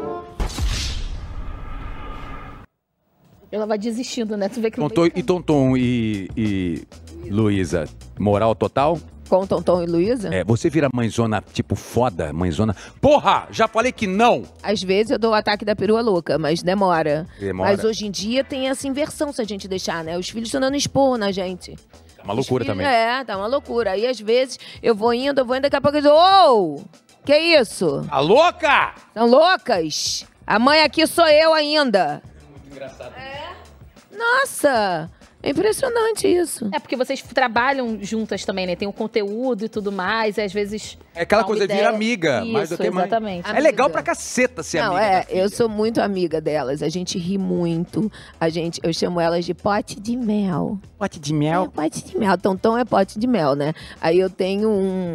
Ela vai desistindo, né? Tu vê que não Tonton, tem... e Tonton e Luísa, moral total? Com Tonton e Luísa? É, você vira mãezona, tipo, foda, mãezona. Porra, já falei que não. Às vezes eu dou o ataque da perua louca, mas demora. Demora. Mas hoje em dia tem essa inversão se a gente deixar, né? Os filhos estão dando esporro na gente. É uma loucura Os filhos- também. É, tá uma loucura. Aí às vezes eu vou indo, daqui a pouco eu digo, ô! Que isso? Tá louca? São loucas? A mãe aqui sou eu ainda. Engraçado. Nossa! É impressionante isso. É porque vocês trabalham juntas também, né? Tem o conteúdo e tudo mais, e às vezes... É aquela dá uma coisa de ideia. vir amiga, mais do Isso, que mãe. exatamente. É legal Amiga. pra caceta ser Não, amiga da filha. eu sou muito amiga delas. A gente ri muito. Eu chamo elas de pote de mel. Pote de É, mel. pote de mel. Tonton é pote de mel, né? Aí eu tenho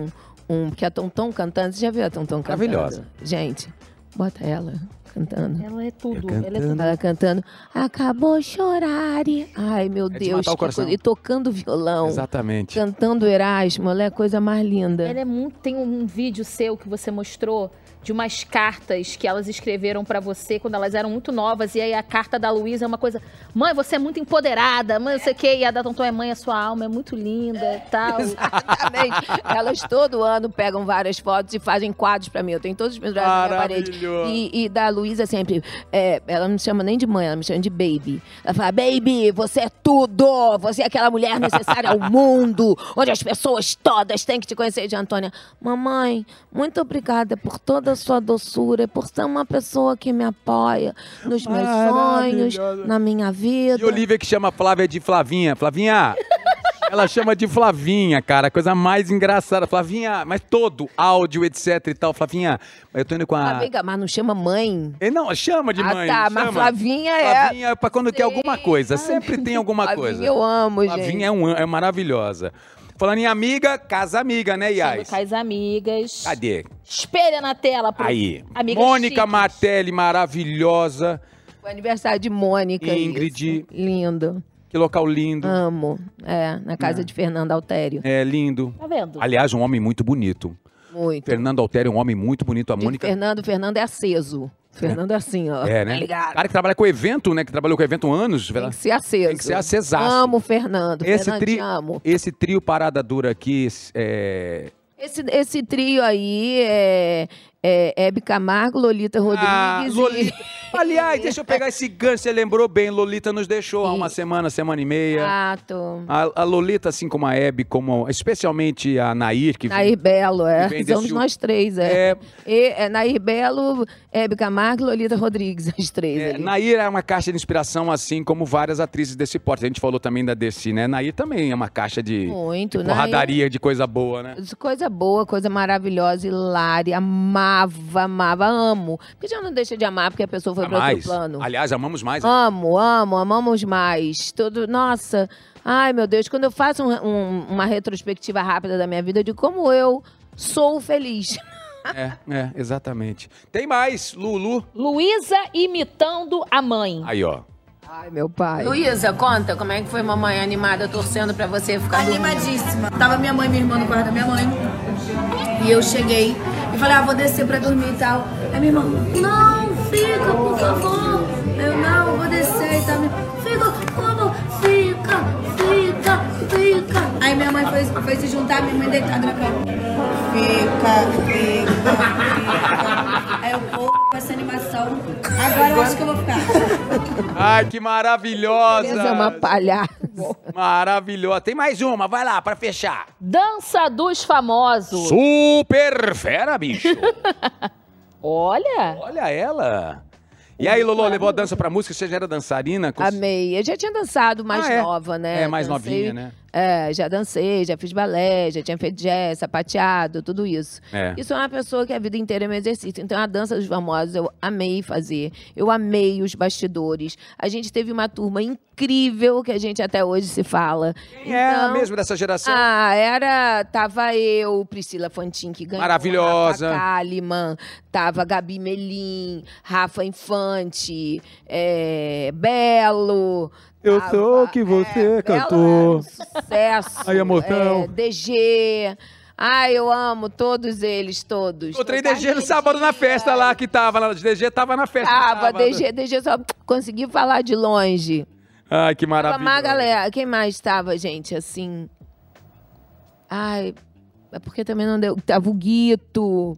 que a Tonton cantando. Você já viu a Tonton cantando? Maravilhosa. Gente, bota ela cantando. Ela é tudo, Eu ela é tudo. Ela cantando. Acabou chorar. Ai, meu de Deus. matar o que coração. coisa. E tocando violão. Exatamente. Cantando Erasmo. Ela é a coisa mais linda. Ela é muito... Tem um vídeo seu que você mostrou de umas cartas que elas escreveram pra você quando elas eram muito novas. E aí a carta da Luísa é uma coisa... Mãe, você é muito empoderada. Mãe, não sei o quê. E a da Tonton é mãe, a sua alma é muito linda e tal. Exatamente. Elas todo ano pegam várias fotos e fazem quadros pra mim. Eu tenho todos os meus quadros na minha parede. Maravilhoso. E da Luísa sempre, ela não me chama nem de mãe, ela me chama de baby. Ela fala, baby, você é tudo. Você é aquela mulher necessária ao mundo, onde as pessoas todas têm que te conhecer. De Antônia, mamãe, muito obrigada por toda a sua doçura, por ser uma pessoa que me apoia nos meus sonhos, Maravilhosa. na minha vida. E Olivia que chama a Flávia de Flavinha. Flavinha, ela chama de Flavinha, cara. Coisa mais engraçada. Flavinha, mas todo áudio, etc e tal. Flavinha, eu tô indo com a... Vem cá, mas não chama mãe? Não, chama de mãe. tá, chama. mas Flavinha é... Flavinha é pra quando quer alguma coisa. Sempre tem alguma Flavinha coisa. eu amo, gente. Flavinha é maravilhosa. Falando em amiga, casa amiga, né, Chama Yas? com as amigas. Cadê? Espelha na tela. Pro... Aí. Amigas Mônica chiques. Martelli, maravilhosa. O aniversário de Mônica. Ingrid. Isso. Lindo. Que local lindo. Amo. Na casa de Fernando Altério. É lindo. Tá vendo? Aliás, um homem muito bonito. Muito. Fernando Altério é um homem muito bonito. A De Mônica... Fernando é aceso. Fernando é assim, ó. É, né? Tá ligado? Cara que trabalha com evento, né? Que trabalhou com evento há anos. Tem que ser aceso. Tem que ser acesaço. Amo o Fernando. Esse, Fernando, tri... te amo. Esse trio Parada Dura aqui, Esse trio aí é Hebe Camargo, Lolita Rodrigues Lolita. Aliás, deixa eu pegar esse gancho, você lembrou bem, Lolita nos deixou há uma semana e meia. Exato. A Lolita, assim como a Hebe, especialmente a Nair, que Nair Belo, que vem somos desse- nós três, Nair Belo, Hebe Camargo e Lolita Rodrigues, as três ali. Nair é uma caixa de inspiração, assim como várias atrizes desse porte. A gente falou também da Desi, né? Nair também é uma caixa de Muito, porradaria, de coisa boa, né? Coisa boa, coisa maravilhosa, hilária, amava, amo. Porque já não deixa de amar porque a pessoa foi para outro Mais. plano. Aliás, amamos mais. né? Amamos mais. Nossa, ai meu Deus, quando eu faço uma retrospectiva rápida da minha vida, de como eu sou feliz. Exatamente. Tem mais, Lulu. Luísa imitando a mãe. Aí, ó. Ai, meu pai. Luísa, conta como é que foi mamãe animada torcendo pra você ficar Animadíssima. Tava minha mãe e minha irmã no quarto da minha mãe. E eu cheguei e falei, vou descer pra dormir e tal. Aí minha irmã, não, fica, por favor. Eu, não, vou descer e tal. Fica, por favor, fica. Aí minha mãe foi se juntar, minha mãe deitada na cama. Fica. Aí eu, pô, com essa animação, agora eu acho que eu vou ficar. Ai, que maravilhosa. Essa é uma palhaça. Maravilhosa. Tem mais uma, vai lá, pra fechar. Dança dos famosos. Super fera, bicho. Olha. Olha ela. E aí, Lolo, levou a dança pra música? Você já era dançarina? Amei. Eu já tinha dançado mais nova, né? É, mais Dancei novinha, né? Já dancei, já fiz balé, já tinha feito jazz, sapateado, tudo isso. Isso é uma pessoa que a vida inteira é meu exercício. Então, a dança dos famosos eu amei fazer. Eu amei os bastidores. A gente teve uma turma incrível que a gente até hoje se fala. Quem é mesmo dessa geração? Tava eu, Priscila Fantin, que ganhou. Maravilhosa. Rafa Kalimann, tava Gabi Melim, Rafa Infante, Belo. Eu sou o que você cantou. Sucesso. Aí, amortão. DG. Eu amo todos eles, todos. Encontrei DG no sábado na festa lá que tava. DG tava na festa. DG só consegui falar de longe. Ai, que maravilha. Tava galera. Quem mais tava, gente, assim? É porque também não deu. Tava o Guito.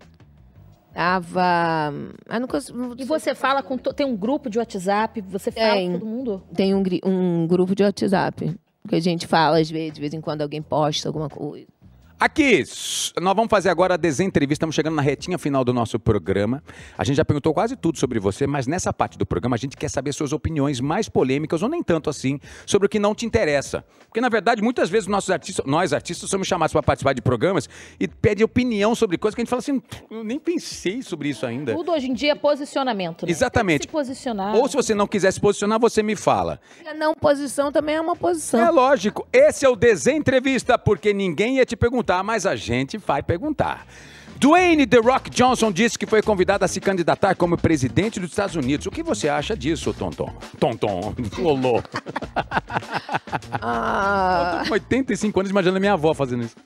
Não consigo... E você fala com... Tem um grupo de WhatsApp? Você fala com todo mundo? Tem um grupo de WhatsApp. Que a gente fala, às vezes, de vez em quando alguém posta alguma coisa. Aqui, nós vamos fazer agora a desentrevista. Estamos chegando na retinha final do nosso programa. A gente já perguntou quase tudo sobre você, mas nessa parte do programa a gente quer saber suas opiniões mais polêmicas, ou nem tanto assim, sobre o que não te interessa. Porque, na verdade, muitas vezes nós artistas somos chamados para participar de programas e pedem opinião sobre coisas que a gente fala assim, eu nem pensei sobre isso ainda. Tudo hoje em dia é posicionamento, né? Exatamente. Tem que se posicionar. Ou se você não quiser se posicionar, você me fala. E a não posição também é uma posição. É lógico. Esse é o Desentrevista, porque ninguém ia te perguntar, mas a gente vai perguntar. Dwayne The Rock Johnson disse que foi convidado a se candidatar como presidente dos Estados Unidos. O que você acha disso, Tonton? Lolô. Eu tô com 85 anos imaginando a minha avó fazendo isso.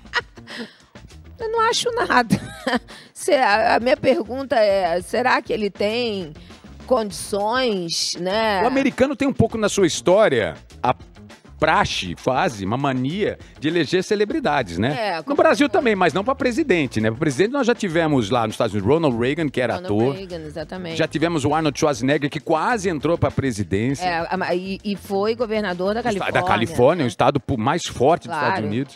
Eu não acho nada. A minha pergunta é, será que ele tem condições, né? O americano tem um pouco na sua história a uma mania de eleger celebridades, né? No Brasil também, mas não para presidente, né? Para presidente nós já tivemos lá nos Estados Unidos Ronald Reagan, que era ator. Reagan, exatamente. Já tivemos o Arnold Schwarzenegger, que quase entrou para a presidência. E foi governador da Califórnia. Da Califórnia, o estado mais forte dos Estados Unidos.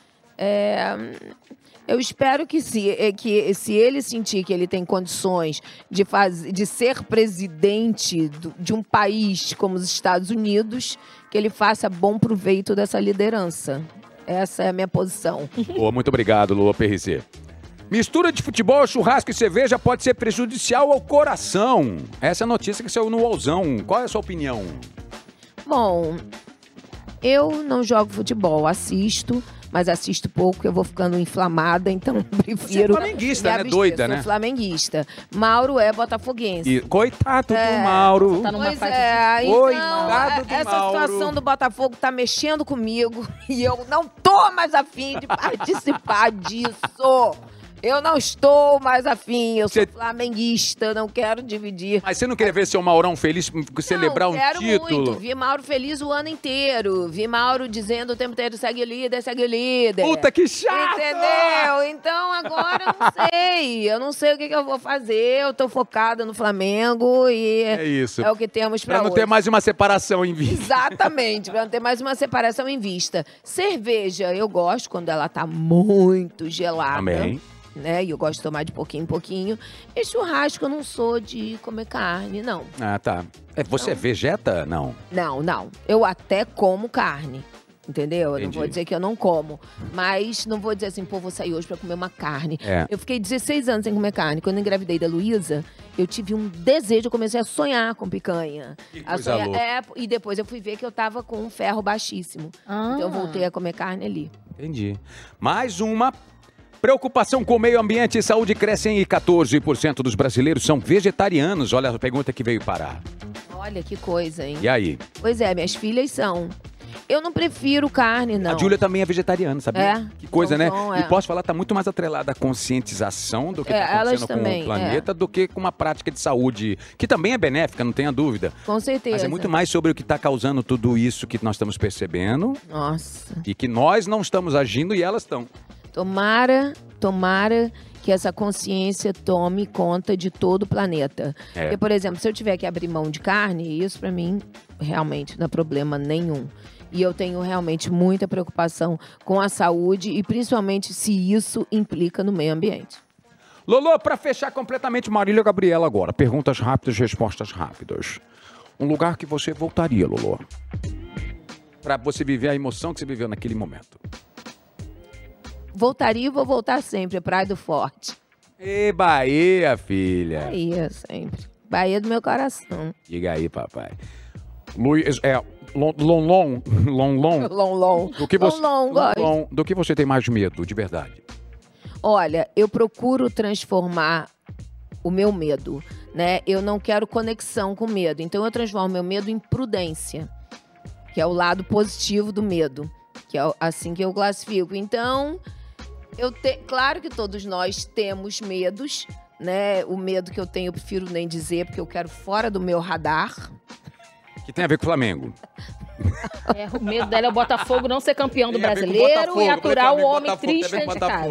Eu espero que se ele sentir que ele tem condições de ser presidente de um país como os Estados Unidos, que ele faça bom proveito dessa liderança. Essa é a minha posição. Muito obrigado, Lula PRC. Mistura de futebol, churrasco e cerveja pode ser prejudicial ao coração. Essa é a notícia que saiu no UOLzão. Qual é a sua opinião? Bom, eu não jogo futebol, assisto. Mas assisto pouco, porque eu vou ficando inflamada, então prefiro... Você é flamenguista, né? Doida, né? Sou flamenguista. Mauro é botafoguense. Coitado do Mauro. Tá numa Pois fase então, essa situação do Botafogo tá mexendo comigo e eu não tô mais afim de participar disso. Eu não estou mais afim, eu sou flamenguista, não quero dividir. Mas você não queria ver seu Maurão feliz, celebrar um título? Quero muito, vi Mauro feliz o ano inteiro, vi Mauro dizendo o tempo inteiro, segue o líder, segue o líder. Puta que chato! Entendeu? Então agora eu não sei o que eu vou fazer, eu tô focada no Flamengo e é isso. É o que temos pra hoje. Pra não ter mais uma separação em vista. Exatamente, pra não ter mais uma separação em vista. Cerveja, eu gosto quando ela tá muito gelada. Também. Né? E eu gosto de tomar de pouquinho em pouquinho. E churrasco, eu não sou de comer carne, não. Ah, tá. Você é vegeta? Não. Não. Eu até como carne. Entendeu? Eu não vou dizer que eu não como. Mas não vou dizer assim, vou sair hoje pra comer uma carne. Eu fiquei 16 anos sem comer carne. Quando eu engravidei da Luísa, eu tive um desejo, eu comecei a sonhar com picanha. Que coisa louca. E depois eu fui ver que eu tava com um ferro baixíssimo. Então eu voltei a comer carne ali. Entendi. Mais uma... Preocupação com o meio ambiente e saúde crescem e 14% dos brasileiros são vegetarianos. Olha a pergunta que veio parar. Olha que coisa, hein? E aí? Pois é, minhas filhas são. Eu não prefiro carne, não. A Júlia também é vegetariana, sabia? Que coisa, né? Então, E posso falar, tá muito mais atrelada à conscientização do que tá acontecendo com o planeta do que com uma prática de saúde, que também é benéfica, não tenha dúvida. Com certeza. Mas é muito mais sobre o que está causando tudo isso que nós estamos percebendo. Nossa. E que nós não estamos agindo e elas estão. Tomara que essa consciência tome conta de todo o planeta. Porque, por exemplo, se eu tiver que abrir mão de carne, isso pra mim realmente não é problema nenhum. E eu tenho realmente muita preocupação com a saúde e principalmente se isso implica no meio ambiente. Lolo, para fechar completamente, Marília Gabriela agora. Perguntas rápidas, respostas rápidas. Um lugar que você voltaria, Lolo? pra você viver a emoção que você viveu naquele momento? Voltaria e vou voltar sempre, Praia do Forte. Ê, Bahia, filha. Bahia, sempre. Bahia do meu coração. Diga aí, papai. Luiz, Lonlon. Lonlon. Do que você, Lonlon, gosto. do que você tem mais medo, de verdade? Olha, eu procuro transformar o meu medo, né? Eu não quero conexão com medo. Então eu transformo meu medo em prudência, que é o lado positivo do medo, que é assim que eu classifico. Então, claro que todos nós temos medos, né? O medo que eu tenho eu prefiro nem dizer, porque eu quero fora do meu radar. Que tem a ver com o Flamengo. O medo dela é o Botafogo não ser campeão do brasileiro e aturar o homem triste dentro de casa.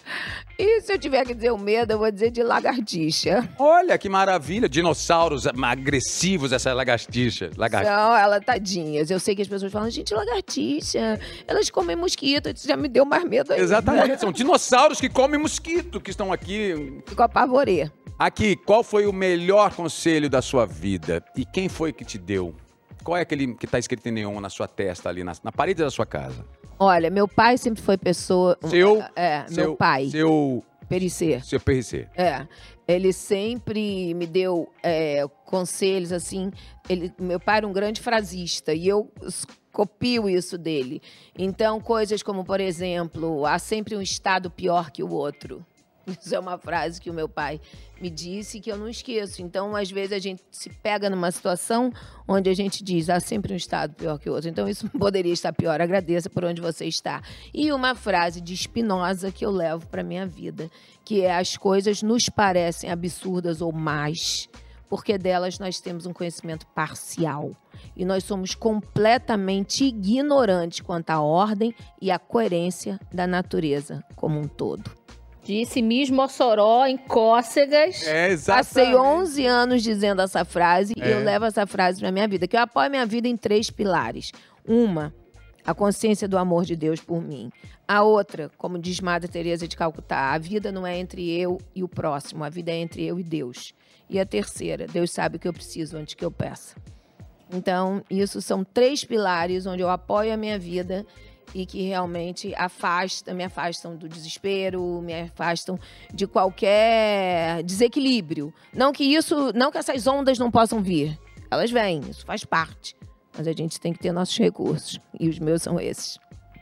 E se eu tiver que dizer o medo, eu vou dizer de lagartixa. Olha que maravilha, dinossauros agressivos, essa lagartixa. São elas tadinhas. Eu sei que as pessoas falam, gente, lagartixa, elas comem mosquito, isso já me deu mais medo ainda. Exatamente, são dinossauros que comem mosquito, que estão aqui. Fico apavorê. Aqui, qual foi o melhor conselho da sua vida? E quem foi que te deu? Qual é aquele que está escrito em neon na sua testa, ali na parede da sua casa? Olha, meu pai sempre foi pessoa... meu pai. Seu Pericê. Seu Pericê. Ele sempre me deu conselhos, assim. Meu pai era um grande frasista e eu copio isso dele. Então, coisas como, por exemplo, há sempre um estado pior que o outro. Isso é uma frase que o meu pai me disse que eu não esqueço. Então, às vezes, a gente se pega numa situação onde a gente diz, há sempre um estado pior que o outro. Então, isso poderia estar pior. Agradeça por onde você está. E uma frase de Spinoza que eu levo para minha vida, que é: as coisas nos parecem absurdas ou más, porque delas nós temos um conhecimento parcial. E nós somos completamente ignorantes quanto à ordem e à coerência da natureza como um todo. Disse Miss Mossoró em Cócegas. Exatamente. Passei 11 anos dizendo essa frase e eu levo essa frase pra minha vida, que eu apoio minha vida em 3 pilares. Uma, a consciência do amor de Deus por mim. A outra, como diz Madre Teresa de Calcutá, a vida não é entre eu e o próximo, a vida é entre eu e Deus. E a terceira, Deus sabe o que eu preciso antes que eu peça. Então, isso são 3 pilares onde eu apoio a minha vida e que realmente me afastam do desespero, me afastam de qualquer desequilíbrio. Não que essas ondas não possam vir. Elas vêm, isso faz parte. Mas a gente tem que ter nossos recursos. E os meus são esses.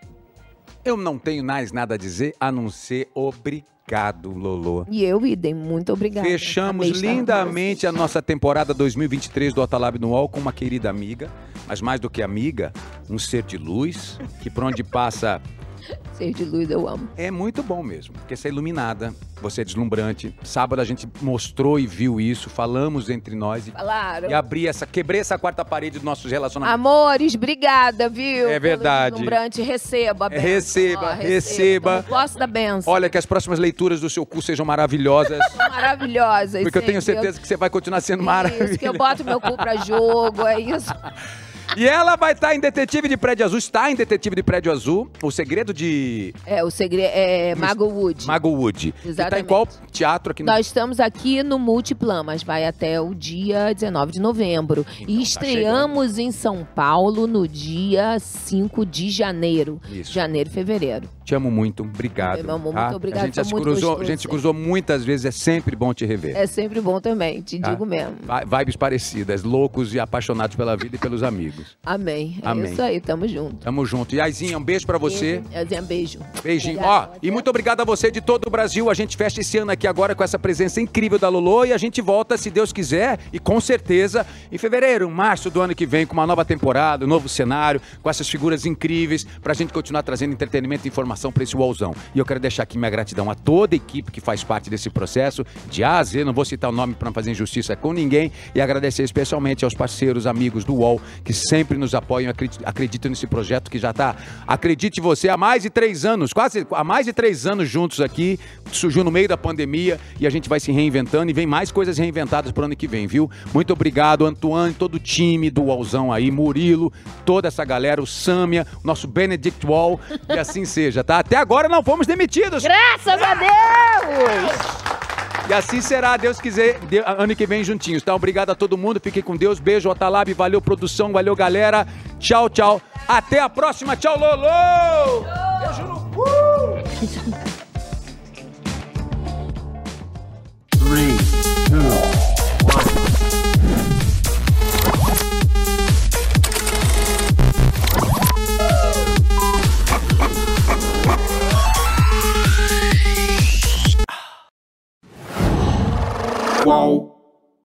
Eu não tenho mais nada a dizer, a não ser obrigado, Lolo. E eu, Idem, muito obrigada. Fechamos lindamente a nossa temporada 2023 do Otalab no UOL com uma querida amiga, mas mais do que amiga, um ser de luz, que por onde passa... Ser de luz eu amo. É muito bom mesmo, porque você é iluminada, você é deslumbrante. Sábado a gente mostrou e viu isso, falamos entre nós. Falaram. E quebrei essa 4ª parede dos nossos relacionamentos. Amores, obrigada, viu? É verdade. Deslumbrante, receba a bênção. Receba. Não posso dar bênção. Olha, que as próximas leituras do seu curso sejam maravilhosas. Maravilhosas. Porque eu tenho certeza que você vai continuar sendo maravilhosa. Isso, que eu boto meu cu pra jogo, é isso. E ela vai estar em Detetive de Prédio Azul, está em Detetive de Prédio Azul, O Segredo de... O segredo é Magowood. Magowood. Exatamente. E tá em qual teatro aqui? Nós estamos aqui no Multiplan, mas vai até o dia 19 de novembro. Então, e estreamos em São Paulo no dia 5 de janeiro. Isso. Janeiro e fevereiro. Te amo muito, obrigado. Meu amor, muito obrigado. A gente se cruzou muitas vezes, é sempre bom te rever. É sempre bom também, te digo mesmo. Vibes parecidas, loucos e apaixonados pela vida e pelos amigos. Amém. Amém. É isso aí, tamo junto. Tamo junto. E Aizinha, um beijo pra você. Aizinha, beijo. Beijinho. E muito obrigado a você de todo o Brasil. A gente fecha esse ano aqui agora com essa presença incrível da Lolo e a gente volta, se Deus quiser, e com certeza, em fevereiro, março do ano que vem, com uma nova temporada, um novo cenário, com essas figuras incríveis, pra gente continuar trazendo entretenimento e informação pra esse UOLzão. E eu quero deixar aqui minha gratidão a toda a equipe que faz parte desse processo, de A a Z, não vou citar o nome pra não fazer injustiça com ninguém, e agradecer especialmente aos parceiros, amigos do UOL, que sempre nos apoiam, acreditam nesse projeto que já tá, acredite você, há mais de 3 anos, quase há mais de 3 anos juntos aqui, surgiu no meio da pandemia e a gente vai se reinventando e vem mais coisas reinventadas pro ano que vem, viu? Muito obrigado, Antoine, todo o time do UOLzão aí, Murilo, toda essa galera, o Sâmia, o nosso Benedict Wall, e assim seja, tá? Até agora não fomos demitidos! Graças a Deus! E assim será, Deus quiser, ano que vem juntinhos, tá? Obrigado a todo mundo, fiquem com Deus, beijo, Otalab, valeu produção, valeu galera, tchau, tchau. Até a próxima, tchau, Lolo! Beijo no cu! 3, 2, 1. Wow.